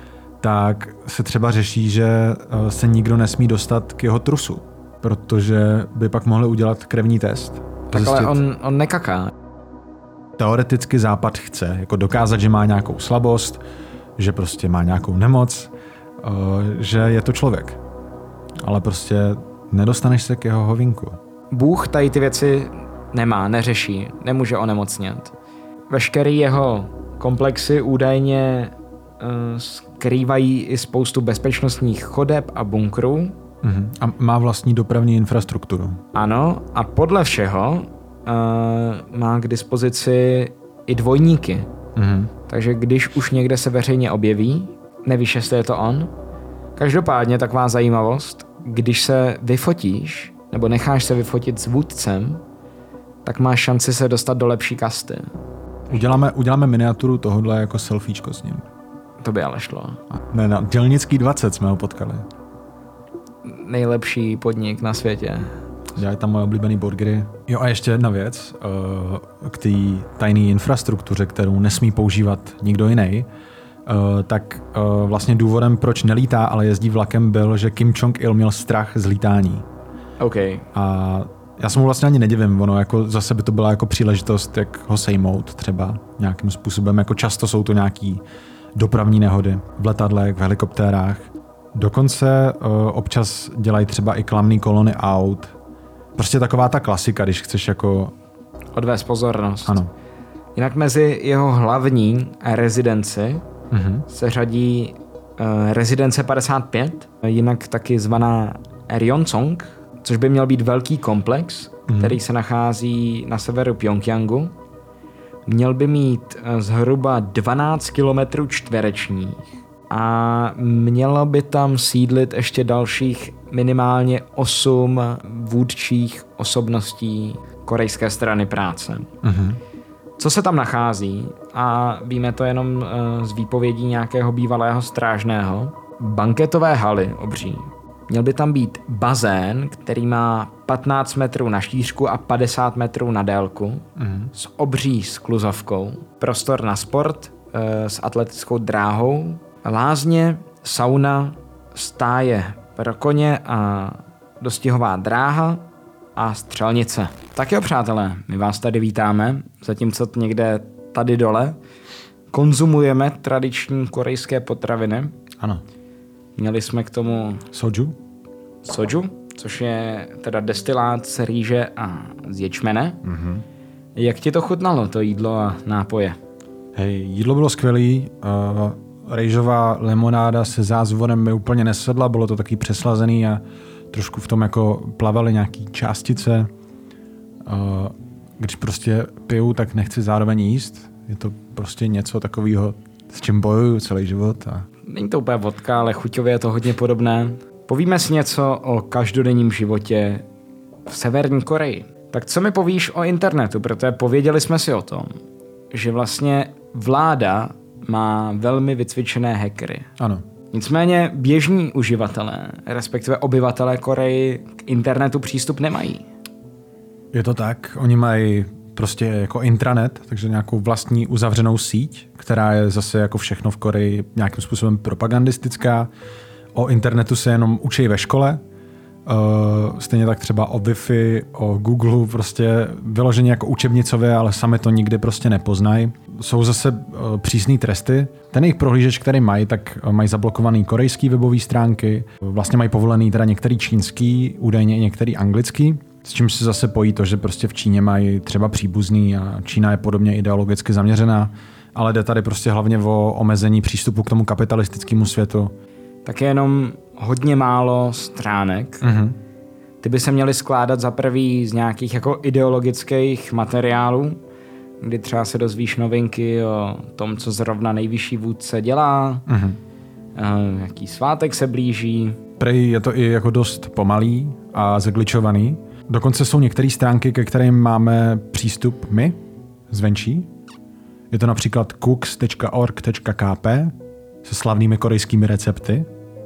tak se třeba řeší, že se nikdo nesmí dostat k jeho trusu, protože by pak mohli udělat krevní test. Tak ale on, on nekaká. Teoreticky Západ chce jako dokázat, že má nějakou slabost, že prostě má nějakou nemoc, že je to člověk. Ale prostě nedostaneš se k jeho hovinku. Bůh tady ty věci nemá, neřeší, nemůže onemocnět. Veškerý jeho komplexy údajně uh, skrývají i spoustu bezpečnostních chodeb a bunkrů. Uh-huh. A má vlastní dopravní infrastrukturu. Ano, a podle všeho uh, má k dispozici i dvojníky. Uh-huh. Takže když už někde se veřejně objeví, nevíš, jestli je to on. Každopádně taková zajímavost, když se vyfotíš, nebo necháš se vyfotit s vůdcem, tak máš šanci se dostat do lepší kasty. Uděláme, uděláme miniaturu tohohle jako selfiečko s ním. To by ale šlo. Ne, na Dělnický dvacet jsme ho potkali. Nejlepší podnik na světě. Dělají tam moje oblíbený burgery. Jo a ještě jedna věc k té tajné infrastruktuře, kterou nesmí používat nikdo jiný. Uh, tak uh, vlastně důvodem, proč nelítá, ale jezdí vlakem, byl, že Kim Jong-il měl strach z lítání. OK. A já se mu vlastně ani nedivím, ono jako zase by to byla jako příležitost, jak ho sejmout třeba nějakým způsobem, jako často jsou to nějaký dopravní nehody v letadlech, v helikoptérách. Dokonce uh, občas dělají třeba i klamný kolony aut. Prostě taková ta klasika, když chceš jako... odvést pozornost. Ano. Jinak mezi jeho hlavní rezidenci mm-hmm. se řadí uh, rezidence padesát pět, jinak taky zvaná Ryoncong, což by měl být velký komplex, mm-hmm. který se nachází na severu Pjongjangu. Měl by mít uh, zhruba dvanáct kilometrů čtverečních a mělo by tam sídlit ještě dalších minimálně osm vůdčích osobností korejské strany práce. Mm-hmm. Co se tam nachází, a víme to jenom z výpovědí nějakého bývalého strážného, banketové haly obří. Měl by tam být bazén, který má patnáct metrů na šířku a padesát metrů na délku, mm. s obří skluzovkou, prostor na sport e, s atletickou dráhou, lázně, sauna, stáje pro koně a dostihová dráha a střelnice. Tak jo, přátelé, my vás tady vítáme, zatímco někde tady dole konzumujeme tradiční korejské potraviny. Ano. Měli jsme k tomu soju, soju, což je teda destilát z rýže a z ječmene. Mm-hmm. Jak ti to chutnalo, to jídlo a nápoje? Hej, jídlo bylo skvělý. Uh, rejžová limonáda se zázvorem mi úplně nesedla, bylo to taky přeslazený a trošku v tom jako plavaly nějaký částice. Uh, když prostě piju, tak nechci zároveň jíst. Je to prostě něco takového, s čím bojuju celý život. A... Není to úplně vodka, ale chuťově je to hodně podobné. Povíme si něco o každodenním životě v Severní Koreji. Tak co mi povíš o internetu? Protože pověděli jsme si o tom, že vlastně vláda má velmi vycvičené hackery. Ano. Nicméně běžní uživatelé, respektive obyvatelé Koreji k internetu přístup nemají. Je to tak. Oni mají prostě jako intranet, takže nějakou vlastní uzavřenou síť, která je zase jako všechno v Koreji nějakým způsobem propagandistická. O internetu se jenom učí ve škole. Uh, stejně tak třeba o Wi-Fi, o Google, prostě vyloženě jako učebnicově, ale sami to nikdy prostě nepoznají. Jsou zase uh, přísný tresty. Ten jejich prohlížeč, který mají, tak uh, mají zablokovaný korejský webové stránky, vlastně mají povolený teda některý čínský, údajně i některý anglický, s čím se zase pojí to, že prostě v Číně mají třeba příbuzný a Čína je podobně ideologicky zaměřená, ale jde tady prostě hlavně o omezení přístupu k tomu kapitalistickému světu. Tak je jenom hodně málo stránek. Mm-hmm. Ty by se měly skládat za prvý z nějakých jako ideologických materiálů, kdy třeba se dozvíš novinky o tom, co zrovna nejvyšší vůdce dělá, mm-hmm. jaký svátek se blíží. Prej je to i jako dost pomalý a zagličovaný. Dokonce jsou některé stránky, ke kterým máme přístup my zvenčí. Je to například cooks tečka org tečka k p se slavnými korejskými recepty,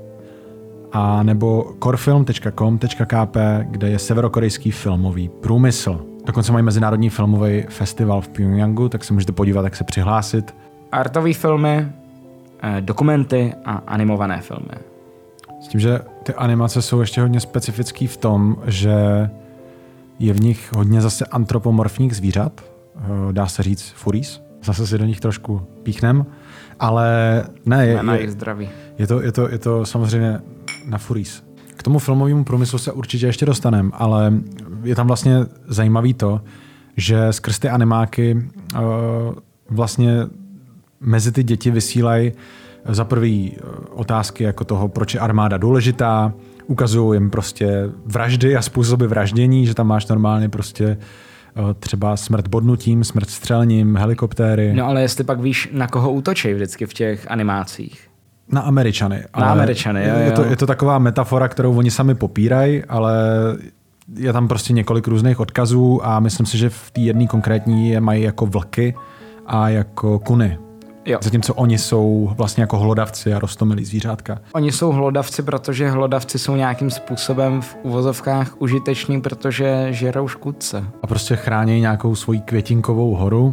a nebo korfilm tečka com tečka k p, kde je severokorejský filmový průmysl. Dokonce mají mezinárodní filmový festival v Pyongyangu, tak se můžete podívat, jak se přihlásit. Artové filmy, dokumenty a animované filmy. S tím, že ty animace jsou ještě hodně specifický v tom, že je v nich hodně zase antropomorfních zvířat, dá se říct furries. Zase si do nich trošku píchnem, ale ne, je, je, je, to, je, to, je to samozřejmě na furries. K tomu filmovému průmyslu se určitě ještě dostaneme, ale je tam vlastně zajímavý to, že skrz ty animáky uh, vlastně mezi ty děti vysílají za prvý otázky jako toho, proč je armáda důležitá, ukazují jim prostě vraždy a způsoby vraždění, že tam máš normálně prostě třeba smrt bodnutím, smrt střelním, helikoptéry. No ale jestli pak víš, na koho útočí vždycky v těch animácích? Na Američany. Na Američany, jo, jo. Je to, je to taková metafora, kterou oni sami popírají, ale je tam prostě několik různých odkazů a myslím si, že v té jedné konkrétní je mají jako vlky a jako kuny. Jo. Zatímco oni jsou vlastně jako hlodavci a roztomilí zvířátka. Oni jsou hlodavci, protože hlodavci jsou nějakým způsobem v uvozovkách užiteční, protože žerou škůdce. A prostě chrání nějakou svoji květinkovou horu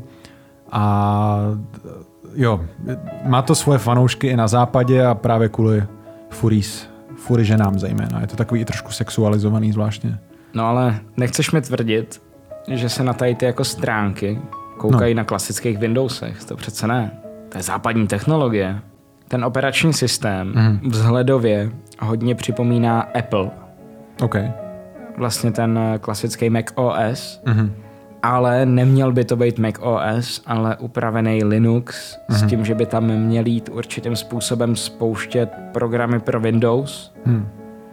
a jo, má to svoje fanoušky i na západě a právě kvůli furries, fury ženám zejména. Je to takový i trošku sexualizovaný zvláštně. No ale nechceš mi tvrdit, že se na tady ty jako stránky koukají no. na klasických Windowsech, to přece ne. To je západní technologie. Ten operační systém mm. vzhledově hodně připomíná Apple. Okay. Vlastně ten klasický Mac O S, mm. ale neměl by to být Mac O S, ale upravený Linux mm. s tím, že by tam měl jít určitým způsobem spouštět programy pro Windows. Mm.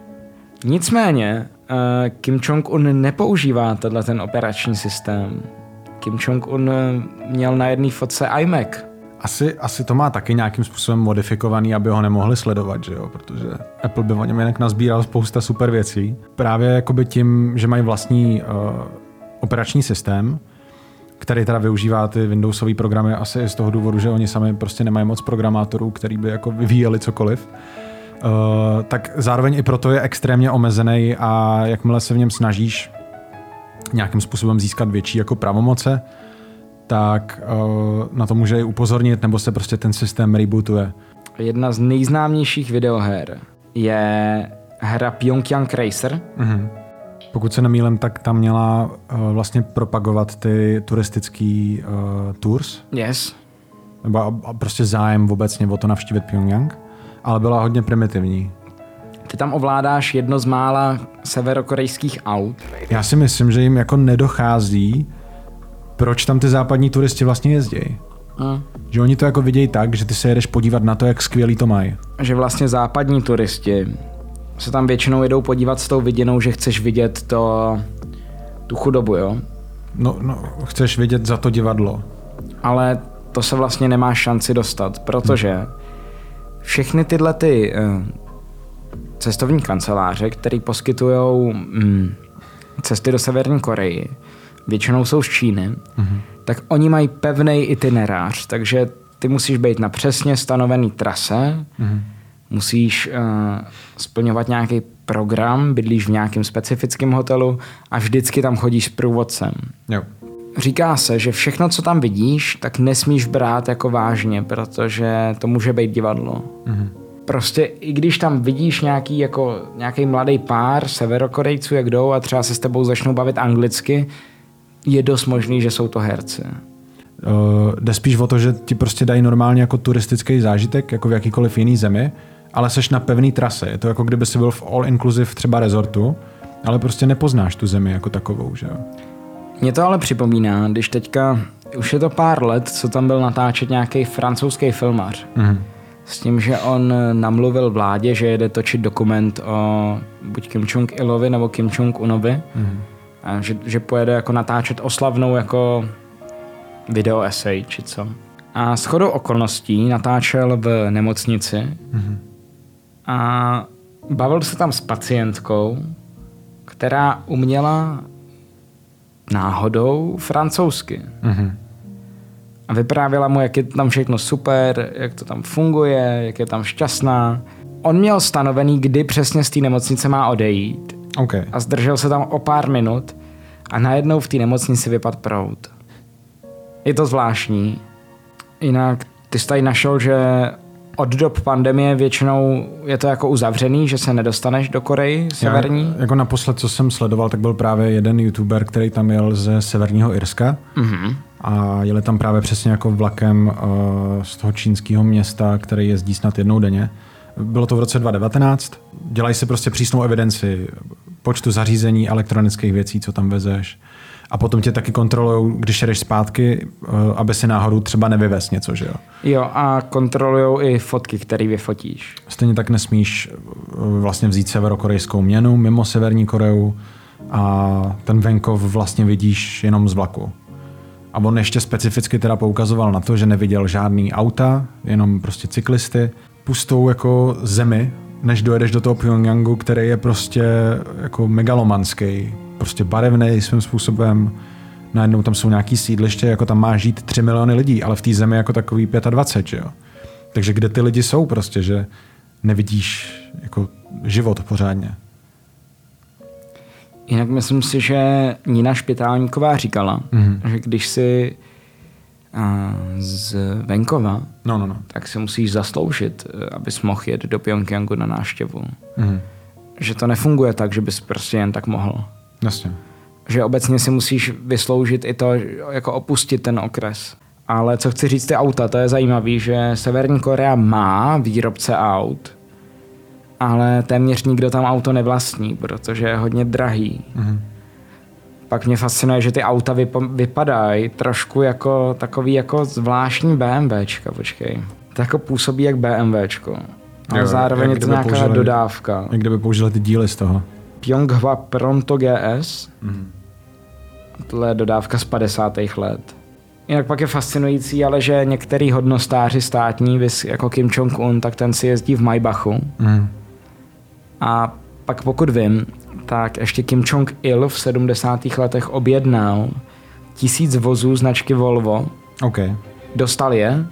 Nicméně Kim Jong-un nepoužívá tenhle ten operační systém. Kim Jong-un měl na jedné fotce iMac. Asi, asi to má taky nějakým způsobem modifikovaný, aby ho nemohli sledovat, že jo? Protože Apple by o něm jinak nazbíral spousta super věcí. Právě jakoby tím, že mají vlastní uh, operační systém, který teda využívá ty Windowsové programy asi i z toho důvodu, že oni sami prostě nemají moc programátorů, který by jako vyvíjeli cokoliv. Uh, tak zároveň i proto je extrémně omezený a jakmile se v něm snažíš nějakým způsobem získat větší jako pravomoce, tak uh, na to může i upozornit, nebo se prostě ten systém rebootuje. Jedna z nejznámějších videoher je hra Pyongyang Racer. Mm-hmm. Pokud se nemýlím, tak tam měla uh, vlastně propagovat ty turistický uh, tours. Yes. Nebo a, a prostě zájem obecně o to navštívit Pyongyang, ale byla hodně primitivní. Ty tam ovládáš jedno z mála severokorejských aut. Já si myslím, že jim jako nedochází, proč tam ty západní turisti vlastně jezdí. Hmm. Že oni to jako vidějí tak, že ty se jedeš podívat na to, jak skvělý to mají. Že vlastně západní turisti se tam většinou jedou podívat s tou viděnou, že chceš vidět to, tu chudobu, jo? No, no, chceš vidět za to divadlo. Ale to se vlastně nemá šanci dostat, protože hmm. všechny tyhle ty uh, cestovní kanceláře, které poskytují mm, cesty do Severní Koreji, většinou jsou z Číny, mm-hmm. tak oni mají pevný itinerář, takže ty musíš být na přesně stanovený trase, mm-hmm. musíš uh, splňovat nějaký program, bydlíš v nějakém specifickém hotelu a vždycky tam chodíš s průvodcem. Jo. Říká se, že všechno, co tam vidíš, tak nesmíš brát jako vážně, protože to může být divadlo. Mm-hmm. Prostě i když tam vidíš nějaký, jako, nějaký mladý pár severokorejců, jak jdou a třeba se s tebou začnou bavit anglicky, je dost možný, že jsou to herci. Uh, jde spíš o to, že ti prostě dají normálně jako turistický zážitek, jako v jakýkoliv jiný zemi, ale seš na pevný trase. Je to jako kdyby jsi byl v all-inclusive třeba resortu, ale prostě nepoznáš tu zemi jako takovou, že jo? Mě to ale připomíná, když teďka, už je to pár let, co tam byl natáčet nějaký francouzský filmař. Mm. S tím, že on namluvil vládě, že jede točit dokument o buď Kim Jong-ilovi nebo Kim Jong-unovi. Mm. A že, že pojede jako natáčet oslavnou jako video esej, či co. A shodou okolností natáčel v nemocnici mm. a bavil se tam s pacientkou, která uměla náhodou francouzsky. Mm. A vyprávěla mu, jak je tam všechno super, jak to tam funguje, jak je tam šťastná. On měl stanovený, kdy přesně z té nemocnice má odejít. Okay. A zdržel se tam o pár minut a najednou v té nemocnici vypadl proud. Je to zvláštní. Jinak ty jsi tady našel, že od dob pandemie většinou je to jako uzavřený, že se nedostaneš do Koreji severní? Já, jako naposled, co jsem sledoval, tak byl právě jeden youtuber, který tam jel ze severního Irska. Mm-hmm. A jeli tam právě přesně jako vlakem uh, z toho čínského města, který jezdí snad jednou denně. Bylo to v roce dva tisíce devatenáct. Dělají si prostě přísnou evidenci počtu zařízení, elektronických věcí, co tam vezeš. A potom tě taky kontrolujou, když jedeš zpátky, uh, aby si náhodou třeba nevyvez něco, že jo? Jo, a kontrolujou i fotky, které vyfotíš. Stejně tak nesmíš uh, vlastně vzít severokorejskou měnu mimo Severní Koreu a ten venkov vlastně vidíš jenom z vlaku. A on ještě specificky teda poukazoval na to, že neviděl žádný auta, jenom prostě cyklisty. Pustou jako zemi, než dojedeš do toho Pyongyangu, který je prostě jako megalomanský, prostě barevný svým způsobem. Najednou tam jsou nějaký sídliště, jako tam má žít tři miliony lidí, ale v té zemi jako takový dvacet pět, že jo. Takže kde ty lidi jsou prostě, že nevidíš jako život pořádně. Jinak myslím si, že Nina Špitálníková říkala, mm-hmm. že když si a, z venkova, no, no, no. tak si musíš zasloužit, abys mohl jet do Pyongyangu na návštěvu. Mm-hmm. Že to nefunguje tak, že bys prostě jen tak mohl. Jasně. Že obecně si musíš vysloužit i to, jako opustit ten okres. Ale co chci říct, ty auta, to je zajímavý, že Severní Korea má výrobce aut, ale téměř nikdo tam auto nevlastní, protože je hodně drahý. Mm-hmm. Pak mě fascinuje, že ty auta vyp- vypadají trošku jako takový jako zvláštní BMWčka, počkej. To jako působí jak BMWčko. A jo, zároveň je to nějaká použili, dodávka. Jak kdyby použili ty díly z toho. Pyeonghwa Pronto G S. Mm-hmm. Tohle je dodávka z padesátých let. Jinak pak je fascinující, ale že některý hodnostáři státní, vys jako Kim Jong-un, tak ten si jezdí v Maybachu. Mm. A pak pokud vím, tak ještě Kim Jong-il v sedmdesátých letech objednal tisíc vozů značky Volvo. Okay. Dostal je,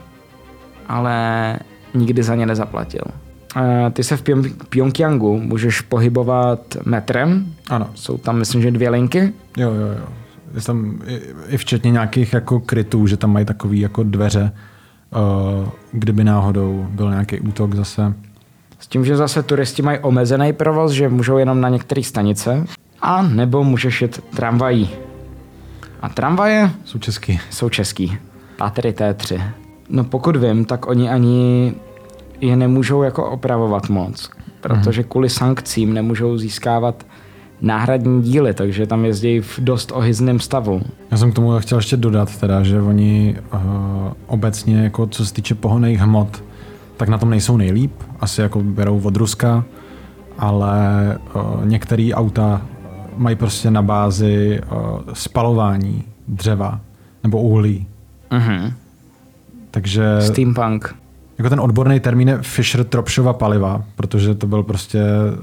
ale nikdy za ně nezaplatil. Ty se v Pjongjangu můžeš pohybovat metrem. Ano. Jsou tam, myslím, že dvě linky. Jo, jo, jo. Je tam i, i včetně nějakých jako krytů, že tam mají takový jako dveře, uh, kdyby náhodou byl nějaký útok zase. S tím, že zase turisti mají omezený provoz, že můžou jenom na některé stanice, a nebo můžeš jet tramvají. A tramvaje jsou český. Jsou český. Patry T tři. No pokud vím, tak oni ani je nemůžou jako opravovat moc, protože kvůli sankcím nemůžou získávat náhradní díly, takže tam jezdí v dost ohyzném stavu. Já jsem k tomu chtěl ještě dodat teda, že oni uh, obecně, jako co se týče pohonných hmot, tak na tom nejsou nejlíp, asi jako berou od Ruska, ale uh, některé auta mají prostě na bázi uh, spalování dřeva nebo uhlí. Mhm. Takže... Steampunk. Jako ten odborný termín je Fischer-Tropschova paliva, protože to byl prostě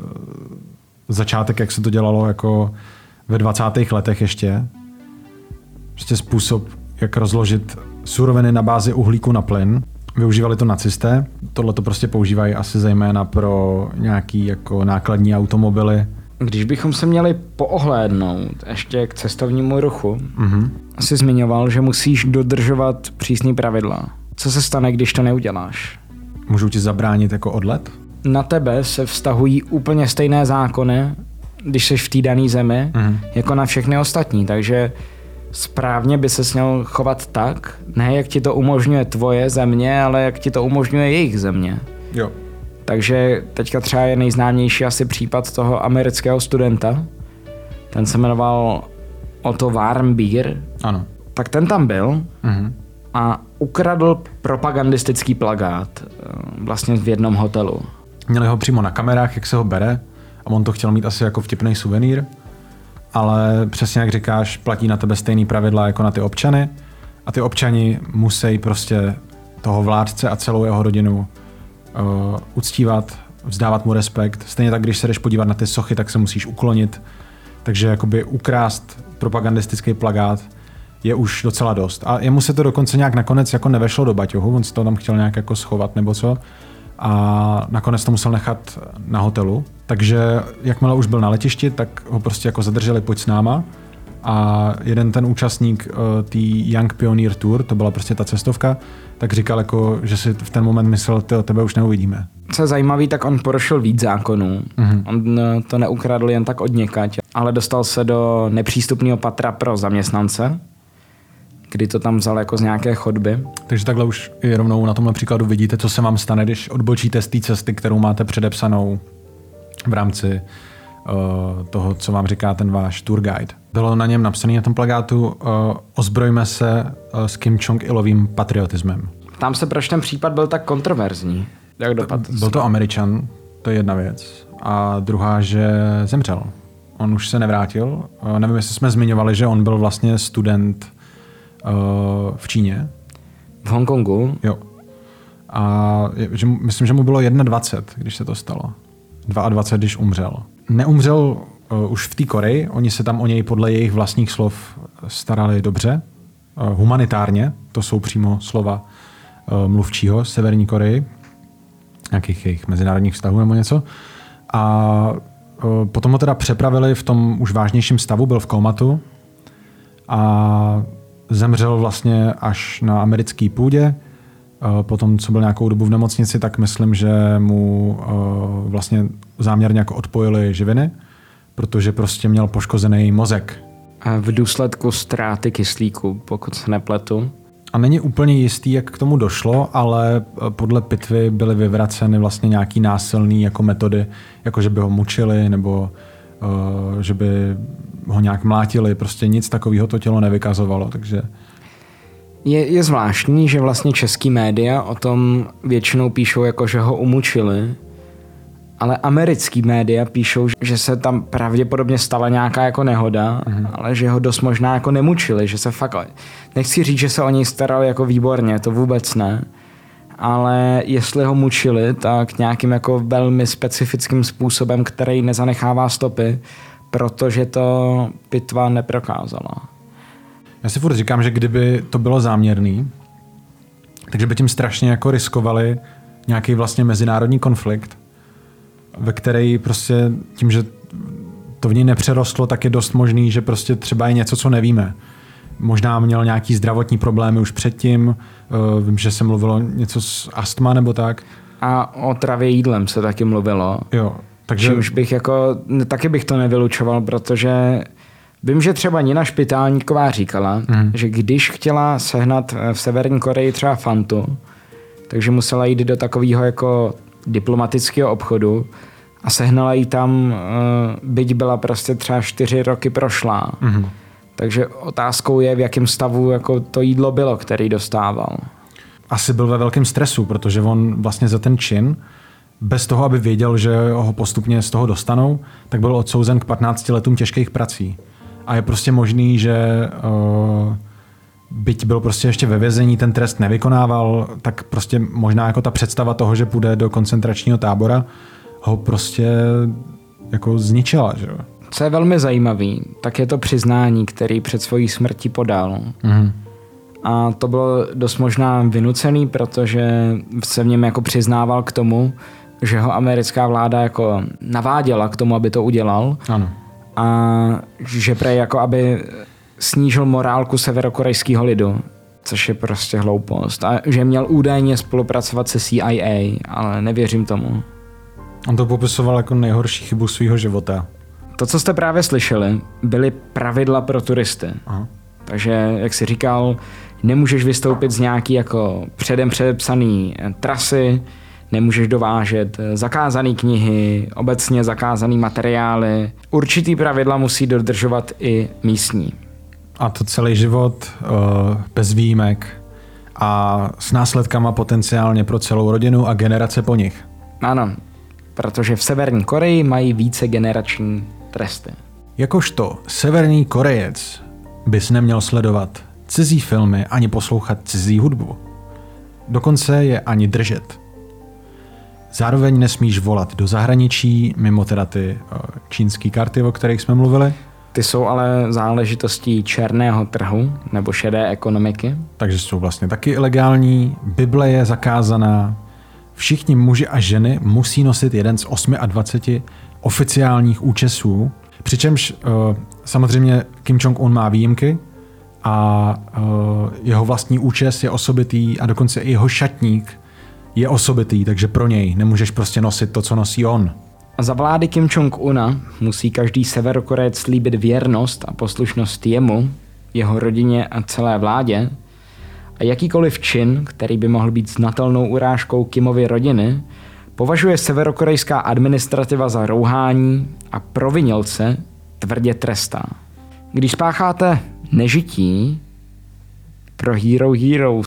začátek, jak se to dělalo jako ve dvacátých letech ještě. Prostě způsob, jak rozložit suroviny na bázi uhlíku na plyn. Využívali to nacisté. Tohle to prostě používají asi zejména pro nějaký jako nákladní automobily. Když bychom se měli poohlédnout ještě k cestovnímu ruchu, mm-hmm. jsi zmiňoval, že musíš dodržovat přísný pravidla. Co se stane, když to neuděláš? Můžou ti zabránit jako odlet? Na tebe se vztahují úplně stejné zákony, když jsi v té dané zemi, mm. jako na všechny ostatní, takže správně by ses měl chovat tak, ne jak ti to umožňuje tvoje země, ale jak ti to umožňuje jejich země. Jo. Takže teďka třeba je nejznámější asi případ toho amerického studenta, ten se jmenoval Otto Warmbier. Ano. Tak ten tam byl, mm. a ukradl propagandistický plakát vlastně v jednom hotelu. Měli ho přímo na kamerách, jak se ho bere, a on to chtěl mít asi jako vtipný suvenýr, ale přesně jak říkáš, platí na tebe stejný pravidla jako na ty občany a ty občani musí prostě toho vládce a celou jeho rodinu uh, uctívat, vzdávat mu respekt. Stejně tak, když se jdeš podívat na ty sochy, tak se musíš uklonit. Takže jakoby ukrást propagandistický plakát je už docela dost. A jemu se to dokonce nějak nakonec jako nevešlo do baťohu, on se to tam chtěl nějak jako schovat nebo co. A nakonec to musel nechat na hotelu. Takže jakmile už byl na letišti, tak ho prostě jako zadrželi, pojď s náma. A jeden ten účastník uh, té Young Pioneer Tour, to byla prostě ta cestovka, tak říkal jako, že si v ten moment myslel, ty tebe už neuvidíme. Co je zajímavý, tak on porušil víc zákonů. Mm-hmm. On to neukradl jen tak odněkať, ale dostal se do nepřístupného patra pro zaměstnance, kdy to tam vzal jako z nějaké chodby. Takže takhle už i rovnou na tomhle příkladu vidíte, co se vám stane, když odbočíte z té cesty, kterou máte předepsanou v rámci uh, toho, co vám říká ten váš tour guide. Bylo na něm napsané na tom plakátu uh, ozbrojme se uh, s Kim Jong-ilovým patriotismem. Tam se proč ten případ byl tak kontroverzní? Jak dopad? Byl to Američan, to je jedna věc. A druhá, že zemřel. On už se nevrátil. Uh, nevím, jestli jsme zmiňovali, že on byl vlastně student v Číně. V Hongkongu? Jo. A že, myslím, že mu bylo dvacet jedna, když se to stalo. dvacet dva, když umřel. Neumřel uh, už v té Koreji, oni se tam o něj podle jejich vlastních slov starali dobře. Uh, humanitárně, to jsou přímo slova uh, mluvčího Severní Koreji, nějakých jejich mezinárodních vztahů nebo něco. A uh, potom ho teda přepravili v tom už vážnějším stavu, byl v komatu a zemřel vlastně až na americké půdě. Potom, co byl nějakou dobu v nemocnici, tak myslím, že mu vlastně záměrně jako odpojili živiny, protože prostě měl poškozený mozek. A v důsledku ztráty kyslíku, pokud se nepletu. A není úplně jistý, jak k tomu došlo, ale podle pitvy byly vyvraceny vlastně nějaký násilný jako metody, jako že by ho mučili nebo uh, že by ho nějak mlátili, prostě nic takového to tělo nevykazovalo, takže... Je, je zvláštní, že vlastně český média o tom většinou píšou jako, že ho umučili, ale americký média píšou, že se tam pravděpodobně stala nějaká jako nehoda, mm. ale že ho dost možná jako nemučili, že se fakt, nechci říct, že se o něj starali jako výborně, to vůbec ne, ale jestli ho mučili, tak nějakým jako velmi specifickým způsobem, který nezanechává stopy, protože to pitva neprokázala. Já si furt říkám, že kdyby to bylo záměrný, takže by tím strašně jako riskovali nějaký vlastně mezinárodní konflikt, ve který prostě tím, že to v něj nepřerostlo, tak je dost možný, že prostě třeba je něco, co nevíme. Možná měl nějaký zdravotní problémy už předtím, vím, že se mluvilo něco s astma nebo tak. A o travě jídlem se taky mluvilo. Jo, takže... Čímž bych jako, taky bych to nevylučoval, protože vím, že třeba Nina Špitálníková říkala, mm. že když chtěla sehnat v Severní Koreji třeba Fantu, takže musela jít do takového jako diplomatického obchodu a sehnala jí tam, byť byla prostě třeba čtyři roky prošlá. Mm. Takže otázkou je, v jakém stavu jako to jídlo bylo, který dostával. Asi byl ve velkém stresu, protože on vlastně za ten čin, bez toho, aby věděl, že ho postupně z toho dostanou, tak byl odsouzen k patnácti letům těžkých prací. A je prostě možný, že uh, byť byl prostě ještě ve vězení, ten trest nevykonával, tak prostě možná jako ta představa toho, že půjde do koncentračního tábora, ho prostě jako zničila, že jo. Co je velmi zajímavý, tak je to přiznání, který před svojí smrtí podal. Mm. A to bylo dost možná vynucený, protože se v něm jako přiznával k tomu, že ho americká vláda jako naváděla k tomu, aby to udělal. Ano. A že prej jako aby snížil morálku severokorejského lidu, což je prostě hloupost. A že měl údajně spolupracovat se C I A, ale nevěřím tomu. On to popisoval jako nejhorší chybu svého života. To, co jste právě slyšeli, byly pravidla pro turisty. Aha. Takže, jak jsi říkal, nemůžeš vystoupit z nějaký jako předem předepsaný trasy, nemůžeš dovážet zakázané knihy, obecně zakázané materiály. Určitý pravidla musí dodržovat i místní. A to celý život bez výjimek a s následkama potenciálně pro celou rodinu a generace po nich. Ano, protože v Severní Koreji mají více generační tresty. Jakožto severní Korejec bys neměl sledovat cizí filmy ani poslouchat cizí hudbu. Dokonce je ani držet. Zároveň nesmíš volat do zahraničí, mimo teda ty čínský karty, o kterých jsme mluvili. Ty jsou ale záležitostí černého trhu nebo šedé ekonomiky. Takže jsou vlastně taky ilegální. Bible je zakázaná. Všichni muži a ženy musí nosit jeden z dvaceti osmi oficiálních účesů. Přičemž uh, samozřejmě Kim Jong-un má výjimky a uh, jeho vlastní účes je osobitý a dokonce i jeho šatník je osobitý, takže pro něj nemůžeš prostě nosit to, co nosí on. A za vlády Kim Jong-una musí každý Severokorejec slíbit věrnost a poslušnost jemu, jeho rodině a celé vládě. A jakýkoliv čin, který by mohl být znatelnou urážkou Kimovy rodiny, považuje severokorejská administrativa za rouhání a provinilce tvrdě trestá. Když spácháte nežití pro Hero Hero,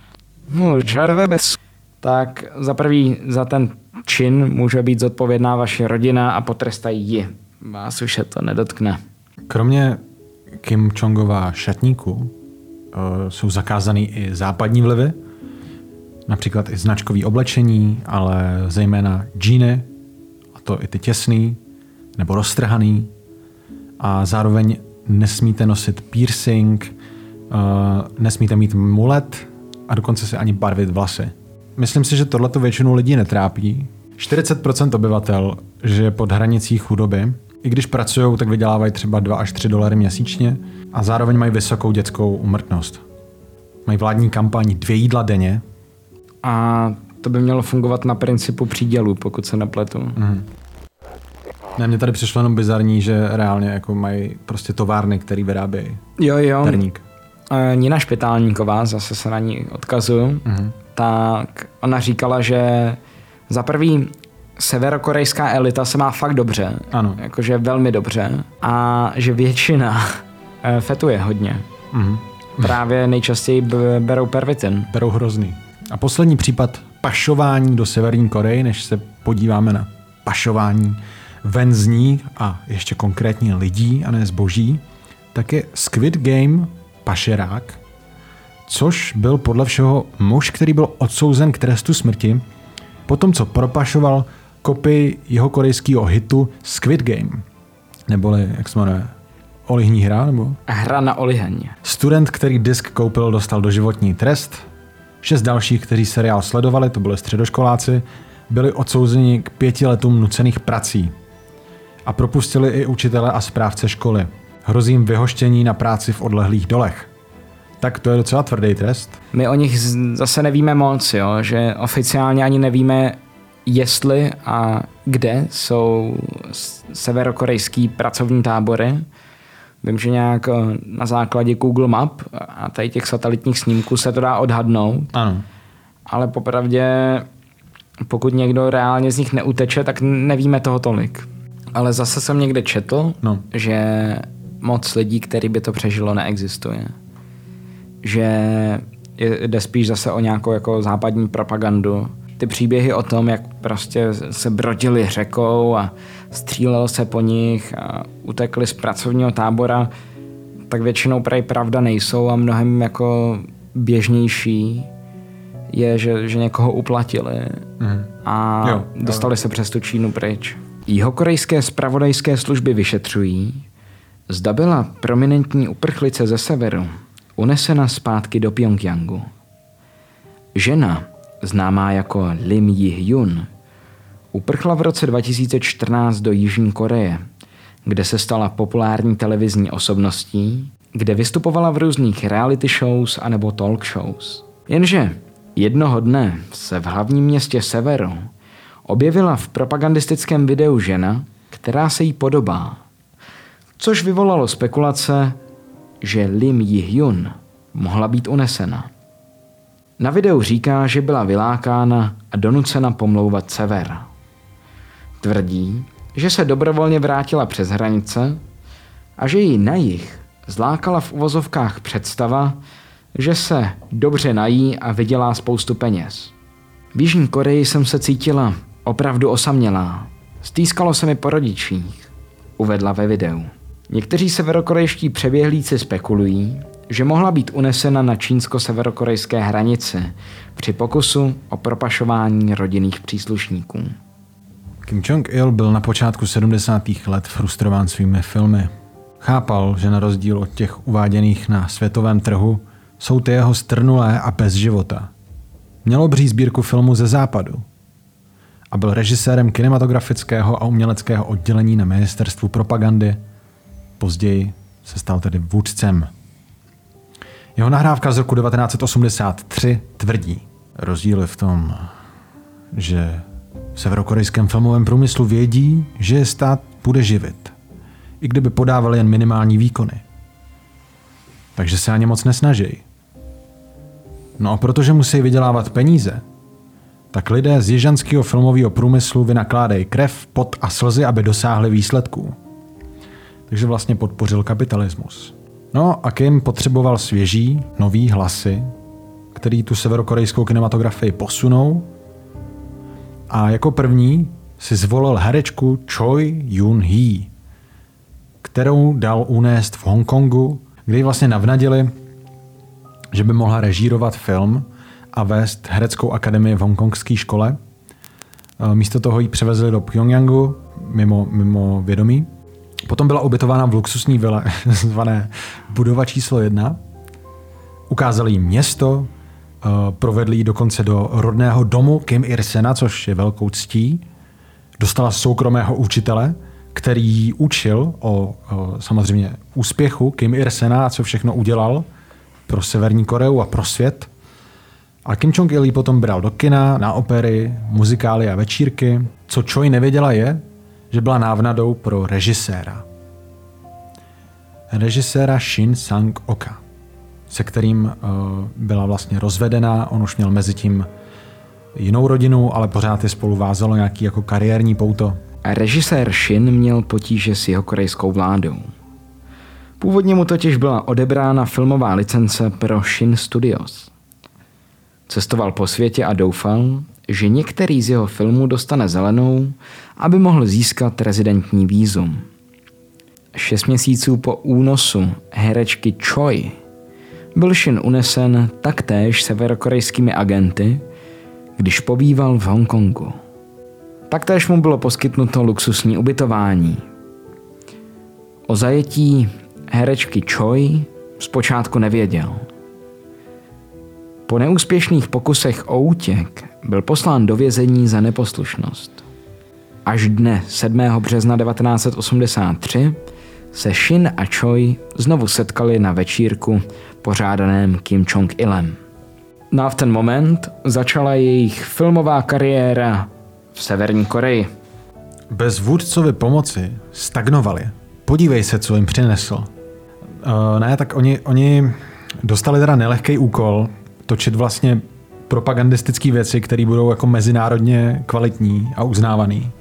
tak za prvý za ten čin může být zodpovědná vaše rodina a potrestají ji. Vás už se to nedotkne. Kromě Kim Jongova šatníku uh, jsou zakázaný i západní vlivy, například i značkový oblečení, ale zejména džíny, a to i ty těsný nebo roztrhaný. A zároveň nesmíte nosit piercing, uh, nesmíte mít mulet a dokonce si ani barvit vlasy. Myslím si, že tohleto většinu lidí netrápí. čtyřicet procent obyvatel žije pod hranicí chudoby. I když pracují, tak vydělávají třeba dva až tři dolary měsíčně a zároveň mají vysokou dětskou úmrtnost. Mají vládní kampaň dvě jídla denně. A to by mělo fungovat na principu přídělu, pokud se nepletu. Mm. Ne, mně tady přišlo jenom bizarní, že reálně jako mají prostě továrny, které vyrábějí jo, jo. terník. Nina Špitálníková, zase se na ní odkazuju, mm. tak ona říkala, že za prvý severokorejská elita se má fakt dobře, ano. Jakože velmi dobře a že většina fetuje hodně. Mm. Právě nejčastěji berou pervitin. Berou hrozný. A poslední případ pašování do Severní Koreji, než se podíváme na pašování ven z ní a ještě konkrétně lidí a ne zboží, tak je Squid Game pašerák, což byl podle všeho muž, který byl odsouzen k trestu smrti po tom, co propašoval kopii jeho korejského hitu Squid Game. Neboli, jak se jmenuje, olihní hra? Nebo? Hra na oliheň. Student, který disk koupil, dostal doživotní trest. Šest dalších, kteří seriál sledovali, to byli středoškoláci, byli odsouzeni k pěti letům nucených prací. A propustili i učitele a správce školy. Hrozí jim vyhoštění na práci v odlehlých dolech. Tak to je docela tvrdý trest. My o nich zase nevíme moc, jo? Že oficiálně ani nevíme, jestli a kde jsou severokorejský pracovní tábory. Vím, že nějak na základě Google Map a tady těch satelitních snímků se to dá odhadnout. Ano. Ale popravdě, pokud někdo reálně z nich neuteče, tak nevíme toho tolik. Ale zase jsem někde četl, no. že moc lidí, který by to přežilo, neexistuje. Že jde spíš zase o nějakou jako západní propagandu. Ty příběhy o tom, jak prostě se brodili řekou a střílelo se po nich a utekli z pracovního tábora, tak většinou prej pravda nejsou a mnohem jako běžnější je, že, že někoho uplatili mm. a jo, dostali jo. se přes tu Čínu pryč. Jihokorejské zpravodajské služby vyšetřují, zda byla prominentní uprchlice ze severu unesena zpátky do Pjongjangu. Žena, známá jako Lim Ji-hyun, uprchla v roce dva tisíce čtrnáct do Jižní Koreje, kde se stala populární televizní osobností, kde vystupovala v různých reality shows anebo talk shows. Jenže jednoho dne se v hlavním městě severu objevila v propagandistickém videu žena, která se jí podobá, což vyvolalo spekulace, že Lim Ji-hyun mohla být unesena. Na videu říká, že byla vylákána a donucena pomlouvat sever. Tvrdí, že se dobrovolně vrátila přes hranice a že ji na jih zlákala v uvozovkách představa, že se dobře nají a vydělá spoustu peněz. V Jižní Koreji jsem se cítila opravdu osamělá. Stýskalo se mi po rodičích, uvedla ve videu. Někteří severokorejští přeběhlíci spekulují, že mohla být unesena na čínsko-severokorejské hranici při pokusu o propašování rodinných příslušníků. Kim Jong-il byl na počátku sedmdesátých let frustrován svými filmy. Chápal, že na rozdíl od těch uváděných na světovém trhu jsou ty jeho strnulé a bez života. Měl obří sbírku filmů ze západu a byl režisérem kinematografického a uměleckého oddělení na ministerstvu propagandy. Později se stal tedy vůdcem. Jeho nahrávka z roku devatenáct set osmdesát tři tvrdí: rozdíl je v tom, že v severokorejském filmovém průmyslu vědí, že je stát bude živit, i kdyby podávali jen minimální výkony. Takže se ani moc nesnaží. No a protože musí vydělávat peníze, tak lidé z jižanského filmového průmyslu vynakládají krev, pot a slzy, aby dosáhli výsledků. Takže vlastně podpořil kapitalismus. No a Kim potřeboval svěží, nový hlasy, který tu severokorejskou kinematografii posunou, a jako první si zvolil herečku Choi Yoon-hee, kterou dal unést v Hongkongu, kde ji vlastně navnadili, že by mohla režírovat film a vést hereckou akademii v hongkongské škole. Místo toho ji převezli do Pjongjangu mimo, mimo vědomí. Potom byla ubytována v luxusní vile zvané Budova číslo jedna. Ukázali jí město, provedli ji dokonce do rodného domu Kim Ir-sena, což je velkou ctí. Dostala soukromého učitele, který jí učil o, o samozřejmě úspěchu Kim Ir-sena a co všechno udělal pro Severní Koreu a pro svět. A Kim Jong-il ji potom bral do kina, na opery, muzikály a večírky. Co Choi nevěděla je, že byla návnadou pro režiséra. Režiséra Shin Sang-oka, se kterým uh, byla vlastně rozvedená. On už měl mezi tím jinou rodinu, ale pořád je spolu vázalo nějaký jako kariérní pouto. A režisér Shin měl potíže s jeho korejskou vládou. Původně mu totiž byla odebrána filmová licence pro Shin Studios. Cestoval po světě a doufal, že některý z jeho filmů dostane zelenou, aby mohl získat rezidentní vízum. Šest měsíců po únosu herečky Choi byl Shin unesen taktéž severokorejskými agenty, když pobýval v Hongkongu. Taktéž mu bylo poskytnuto luxusní ubytování. O zajetí herečky Choi zpočátku nevěděl. Po neúspěšných pokusech o útěk byl poslán do vězení za neposlušnost. Až dne sedmého března devatenáct set osmdesát tři se Shin a Choi znovu setkali na večírku pořádaném Kim Jong-ilem. No a v ten moment začala jejich filmová kariéra v Severní Koreji. Bez vůdcovy pomoci stagnovali. Podívej se, co jim přinesl. Uh, ne, tak oni, oni dostali teda nelehký úkol točit vlastně propagandistické věci, které budou jako mezinárodně kvalitní a uznávaný.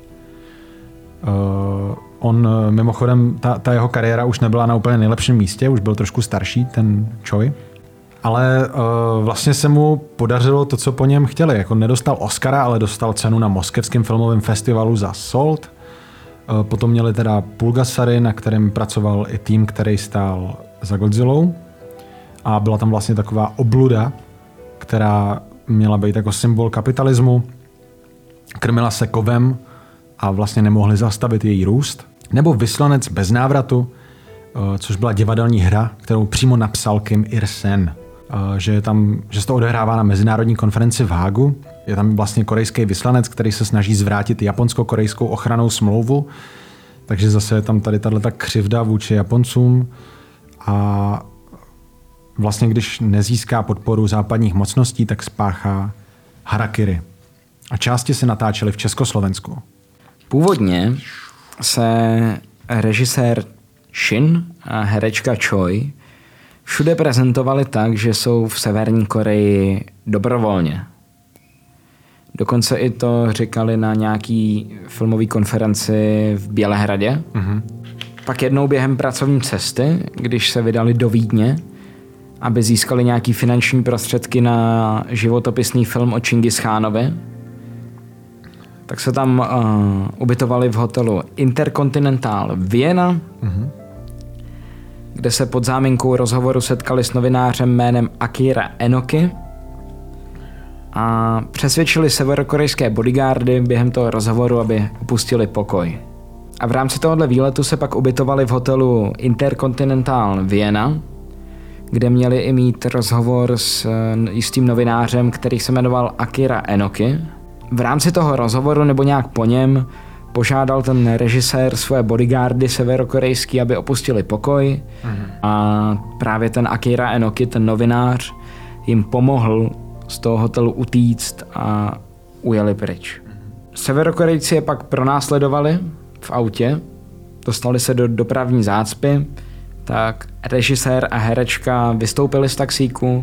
Uh, on mimochodem, ta, ta jeho kariéra už nebyla na úplně nejlepším místě, už byl trošku starší, ten Choi. Ale uh, vlastně se mu podařilo to, co po něm chtěli. Jako nedostal Oscara, ale dostal cenu na Moskevském filmovém festivalu za Salt. Uh, potom měli teda Pulgasary, na kterém pracoval i tým, který stál za Godzillou. A byla tam vlastně taková obluda, která měla být jako symbol kapitalismu. Krmila se kovem a vlastně nemohli zastavit její růst. Nebo Vyslanec bez návratu, uh, což byla divadelní hra, kterou přímo napsal Kim Il-sen. Že, je tam, že se to odehrává na mezinárodní konferenci v Hágu. Je tam vlastně korejský vyslanec, který se snaží zvrátit japonsko-korejskou ochrannou smlouvu. Takže zase je tam tady tato křivda vůči Japoncům. A vlastně když nezíská podporu západních mocností, tak spáchá harakiri. A části se natáčely v Československu. Původně se režisér Shin a herečka Choi všude prezentovali tak, že jsou v Severní Koreji dobrovolně. Dokonce i to říkali na nějaký filmové konferenci v Bělehradě. Mm-hmm. Pak jednou během pracovní cesty, když se vydali do Vídně, aby získali nějaký finanční prostředky na životopisný film o Čingischánovi, tak se tam uh, ubytovali v hotelu Intercontinental Vienna, mm-hmm. kde se pod záminkou rozhovoru setkali s novinářem jménem Akira Enoki a přesvědčili severokorejské bodyguardy během toho rozhovoru, aby opustili pokoj. A v rámci tohohle výletu se pak ubytovali v hotelu Intercontinental Vienna, kde měli i mít rozhovor s jistým novinářem, který se jmenoval Akira Enoki. V rámci toho rozhovoru nebo nějak po něm požádal ten režisér své bodyguardy severokorejský, aby opustili pokoj. Mhm. A právě ten Akira Enoki, ten novinář, jim pomohl z toho hotelu utíct a ujeli pryč. Mhm. Severokorejci je pak pronásledovali v autě, dostali se do dopravní zácpy, tak režisér a herečka vystoupili z taxíku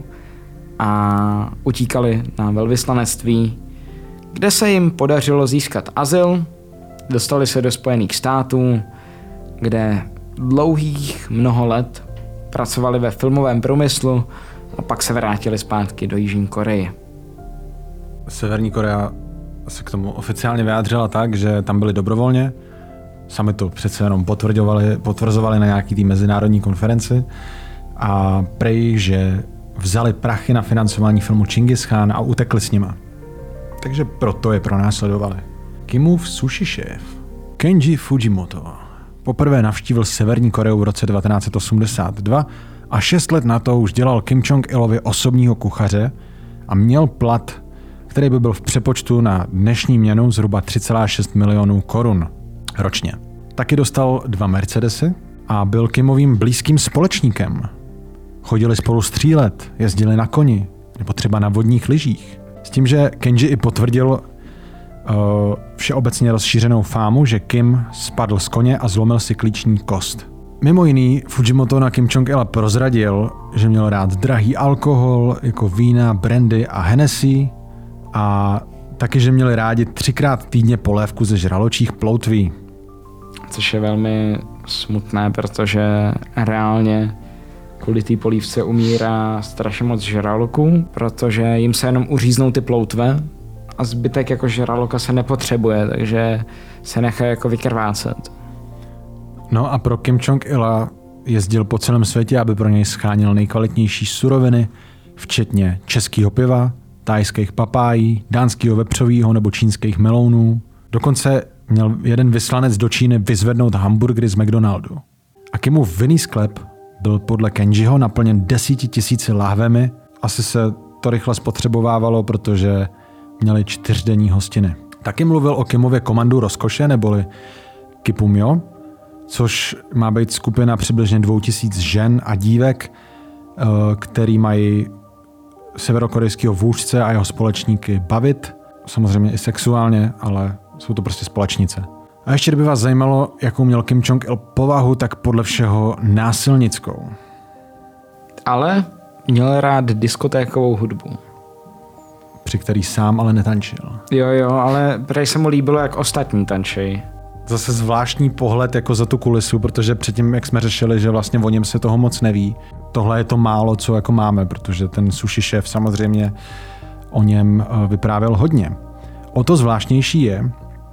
a utíkali na velvyslanectví, kde se jim podařilo získat azyl. Dostali se do Spojených států, kde dlouhých mnoho let pracovali ve filmovém průmyslu a pak se vrátili zpátky do Jižní Koreje. Severní Korea se k tomu oficiálně vyjádřila tak, že tam byli dobrovolně. Sami to přece jenom potvrzovali, potvrzovali na nějaký té mezinárodní konferenci a prej, že vzali prachy na financování filmu Čingischán a utekli s nima. Takže proto je pronásledovali. Kimův sushi šéf Kenji Fujimoto poprvé navštívil Severní Koreu v roce devatenáct set osmdesát dva a šest let na to už dělal Kim Jong-ilovi osobního kuchaře a měl plat, který by byl v přepočtu na dnešní měnu zhruba tři celá šest milionů korun ročně. Taky dostal dva Mercedesy a byl Kimovým blízkým společníkem. Chodili spolu střílet, jezdili na koni nebo třeba na vodních lyžích. S tím, že Kenji i potvrdil uh, všeobecně rozšířenou fámu, že Kim spadl z koně a zlomil si klíční kost. Mimo jiný Fujimoto na Kim Jong-ila prozradil, že měl rád drahý alkohol, jako vína, brandy a Hennessy a taky, že měli rádi třikrát týdně polévku ze žraločích ploutví. Což je velmi smutné, protože reálně kvůli té polívce umírá strašně moc žraloků, protože jim se jenom uříznou ty ploutve a zbytek jako žraloka se nepotřebuje, takže se nechá jako vykrvácet. No a pro Kim Jong-ila jezdil po celém světě, aby pro něj schánil nejkvalitnější suroviny, včetně českého piva, thajských papájí, dánského vepřového nebo čínských melounů. Dokonce měl jeden vyslanec do Číny vyzvednout hamburgery z McDonaldu. A Kimův vinný sklep byl podle Kenjiho naplněn desetitisíci láhvemi. Asi se to rychle spotřebovávalo, protože měli čtyřdenní hostiny. Taky mluvil o Kimově komandu rozkoše, neboli Kipumyo, což má být skupina přibližně dvou tisíc žen a dívek, který mají severokorejského vůdce a jeho společníky bavit, samozřejmě i sexuálně, ale jsou to prostě společnice. A ještě kdyby vás zajímalo, jakou měl Kim Jong-il povahu, tak podle všeho násilnickou. Ale měl rád diskotékovou hudbu. Při který sám ale netančil. Jo, jo, ale prej se mu líbilo, jak ostatní tančí. Zase zvláštní pohled jako za tu kulisu, protože předtím, jak jsme řešili, že vlastně o něm se toho moc neví, tohle je to málo, co jako máme, protože ten sushi šéf samozřejmě o něm vyprávěl hodně. O to zvláštnější je,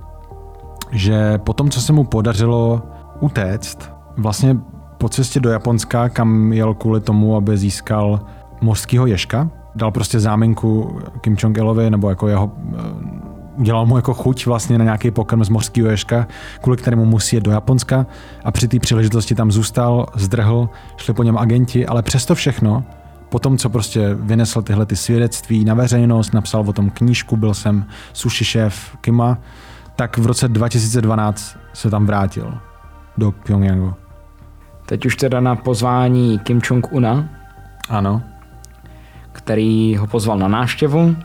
že po tom, co se mu podařilo utéct, vlastně po cestě do Japonska, kam jel kvůli tomu, aby získal mořského ježka, dal prostě záminku Kim Jong-ilovi, nebo jako jeho, udělal mu jako chuť vlastně na nějaký pokrm z mořského ježka, kvůli kterému musí jet do Japonska a při té příležitosti tam zůstal, zdrhl, šli po něm agenti, ale přesto všechno, po tom, co prostě vynesl tyhle ty svědectví na veřejnost, napsal o tom knížku, byl jsem sushi šéf Kima, tak v roce dva tisíce dvanáct se tam vrátil do Pyongyangu. Teď už teda na pozvání Kim Jong-una. Ano. Který ho pozval na návštěvu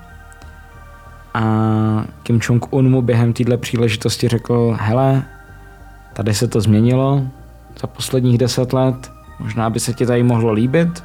a Kim Jong-un mu během téhle příležitosti řekl, hele, tady se to změnilo za posledních deset let, možná by se ti tady mohlo líbit.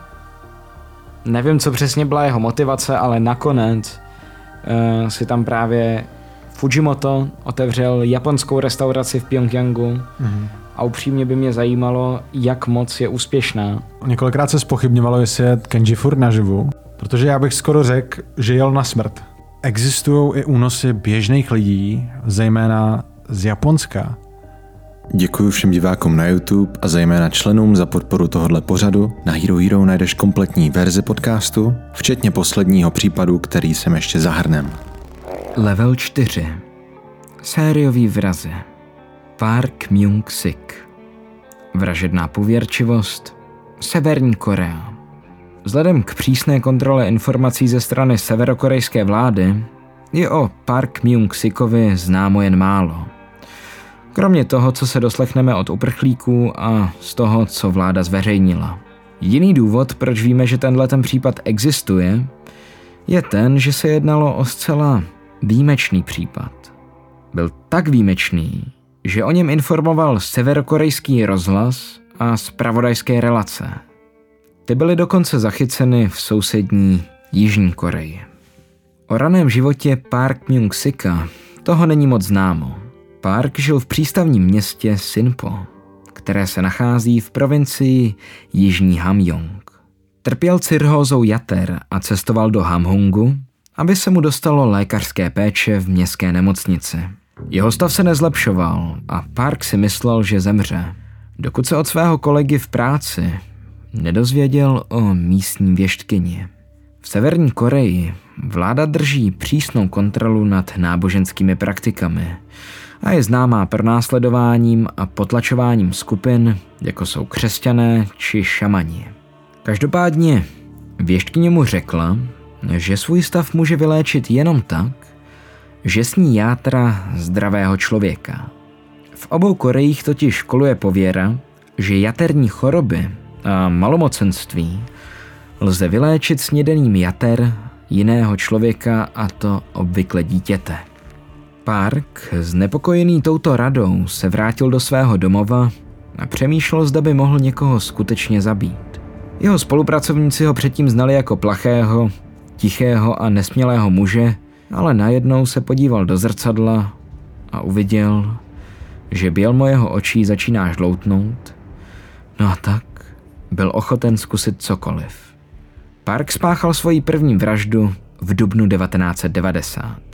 Nevím, co přesně byla jeho motivace, ale nakonec uh, si tam právě Fujimoto otevřel japonskou restauraci v Pyongyangu mm-hmm. a upřímně by mě zajímalo, jak moc je úspěšná. Několikrát se zpochybňovalo, jestli je Kenji furt naživu, protože já bych skoro řekl, že jel na smrt. Existují i únosy běžných lidí, zejména z Japonska. Děkuji všem divákům na YouTube a zejména členům za podporu tohoto pořadu. Na Hero Hero najdeš kompletní verzi podcastu, včetně posledního případu, který sem ještě zahrnem. Level čtyři. Sériový vraze. Park Myung-sik. Vražedná pověrčivost. Severní Korea. Vzhledem k přísné kontrole informací ze strany severokorejské vlády je o Park Myung-sikovi známo jen málo. Kromě toho, co se doslechneme od uprchlíků a z toho, co vláda zveřejnila. Jediný důvod, proč víme, že tenhle ten případ existuje, je ten, že se jednalo o zcela výjimečný případ. Byl tak výjimečný, že o něm informoval severokorejský rozhlas a zpravodajské relace. Ty byly dokonce zachyceny v sousední Jižní Koreji. O raném životě Park Myung-sika toho není moc známo. Park žil v přístavním městě Sinpo, které se nachází v provincii Jižní Hamgyong. Trpěl cirhózou jater a cestoval do Hamhungu, aby se mu dostalo lékařské péče v městské nemocnici. Jeho stav se nezlepšoval a Park si myslel, že zemře, dokud se od svého kolegy v práci nedozvěděl o místní věštkyni. V Severní Koreji vláda drží přísnou kontrolu nad náboženskými praktikami a je známá pronásledováním a potlačováním skupin, jako jsou křesťané či šamani. Každopádně věštkyně mu řekla, že svůj stav může vyléčit jenom tak, že sní játra zdravého člověka. V obou Korejích totiž koluje pověra, že jaterní choroby a malomocenství lze vyléčit snědeným jater jiného člověka, a to obvykle dítěte. Park, znepokojený touto radou, se vrátil do svého domova a přemýšlel, zda by mohl někoho skutečně zabít. Jeho spolupracovníci ho předtím znali jako plachého, tichého a nesmělého muže, ale najednou se podíval do zrcadla a uviděl, že bělmo jeho očí začíná žloutnout, no a tak byl ochoten zkusit cokoliv. Park spáchal svoji první vraždu v dubnu devatenáct set devadesát.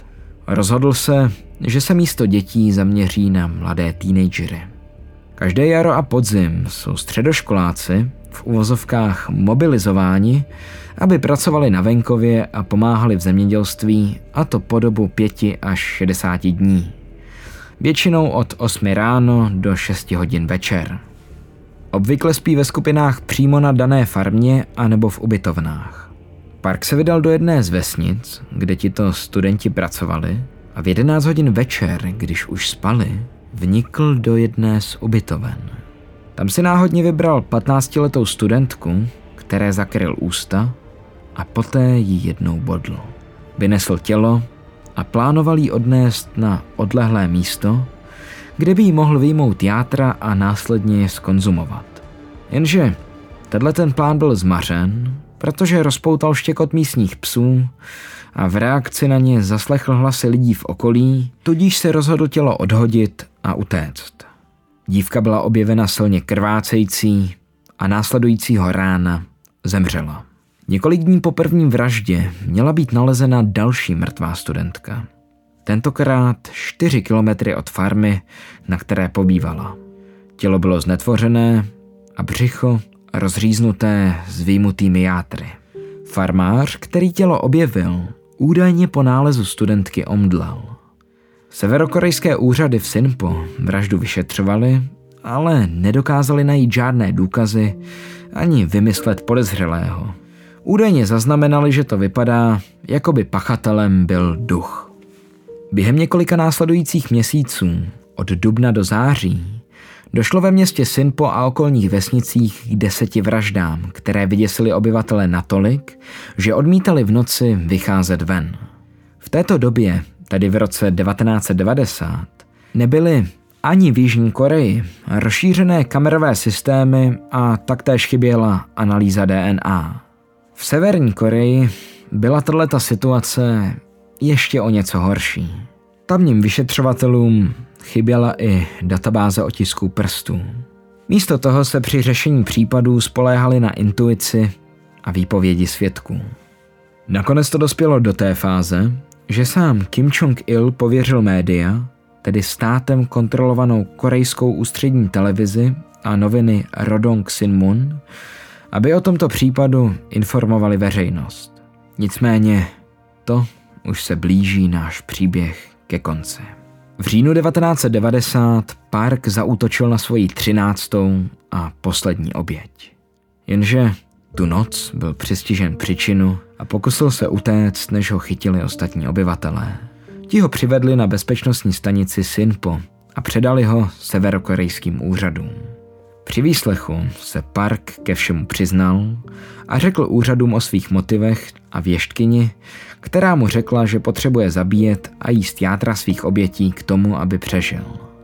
Rozhodl se, že se místo dětí zaměří na mladé teenagery. Každé jaro a podzim jsou středoškoláci v uvozovkách mobilizováni, aby pracovali na venkově a pomáhali v zemědělství, a to po dobu pěti až šedesáti dní. Většinou od osmi ráno do šesti hodin večer. Obvykle spí ve skupinách přímo na dané farmě anebo v ubytovnách. Park se vydal do jedné z vesnic, kde tito studenti pracovali, a v jedenáct hodin večer, když už spali, vnikl do jedné z ubytoven. Tam si náhodně vybral patnáctiletou studentku, které zakryl ústa a poté ji jednou bodl. Vynesl tělo a plánoval jí odnést na odlehlé místo, kde by jí mohl vyjmout játra a následně je zkonzumovat. Jenže tenhle ten plán byl zmařen, protože rozpoutal štěkot místních psů a v reakci na ně zaslechl hlasy lidí v okolí, tudíž se rozhodl tělo odhodit a utéct. Dívka byla objevena silně krvácející a následujícího rána zemřela. Několik dní po první vraždě měla být nalezena další mrtvá studentka. Tentokrát čtyři kilometry od farmy, na které pobývala. Tělo bylo znetvořené a břicho rozříznuté s vyjmutými játry. Farmář, který tělo objevil, údajně po nálezu studentky omdlel. Severokorejské úřady v Sinpo vraždu vyšetřovaly, ale nedokázali najít žádné důkazy ani vymyslet podezřelého. Údajně zaznamenali, že to vypadá, jako by pachatelem byl duch. Během několika následujících měsíců, od dubna do září, došlo ve městě Sinpo a okolních vesnicích k deseti vraždám, které vyděsily obyvatele natolik, že odmítali v noci vycházet ven. V této době, tedy v roce devatenáct set devadesát, nebyly ani v Jižní Koreji rozšířené kamerové systémy a taktéž chyběla analýza D N A. V Severní Koreji byla tato situace ještě o něco horší. Tamním vyšetřovatelům chyběla i databáze otisků prstů. Místo toho se při řešení případů spoléhali na intuici a výpovědi svědků. Nakonec to dospělo do té fáze, že sám Kim Jong-il pověřil média, tedy státem kontrolovanou korejskou ústřední televizi a noviny Rodong Sinmun, aby o tomto případu informovali veřejnost. Nicméně to už se blíží náš příběh ke konci. V říjnu devatenáct set devadesát Park zaútočil na svoji třináctou a poslední oběť. Jenže tu noc byl přistižen při činu a pokusil se utéct, než ho chytili ostatní obyvatelé. Ti ho přivedli na bezpečnostní stanici Sinpo a předali ho severokorejským úřadům. Při výslechu se Park ke všemu přiznal a řekl úřadům o svých motivech a věštkyni, která mu řekla, že potřebuje zabíjet a jíst játra svých obětí k tomu, aby přežil.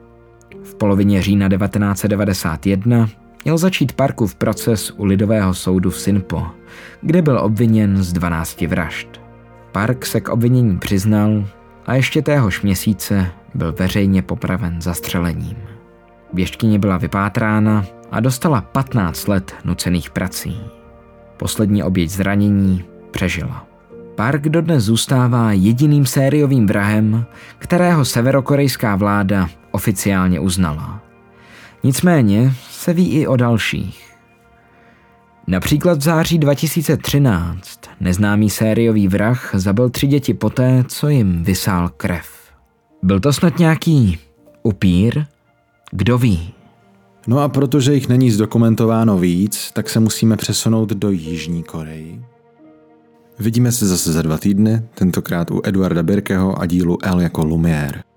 V polovině října devatenáct set devadesát jedna měl začít Parkův proces u lidového soudu v Sinpo, kde byl obviněn z dvanácti vražd. Park se k obvinění přiznal a ještě téhož měsíce byl veřejně popraven zastřelením. Věštkyně byla vypátrána a dostala patnáct let nucených prací. Poslední oběť zranění přežila. Park dodnes zůstává jediným sériovým vrahem, kterého severokorejská vláda oficiálně uznala. Nicméně se ví i o dalších. Například v září dva tisíce třináct neznámý sériový vrah zabil tři děti poté, co jim vysál krev. Byl to snad nějaký upír? Kdo ví? No a protože jich není zdokumentováno víc, tak se musíme přesunout do Jižní Koreji. Vidíme se zase za dva týdny, tentokrát u Eduarda Birkeho a dílu L jako Lumière.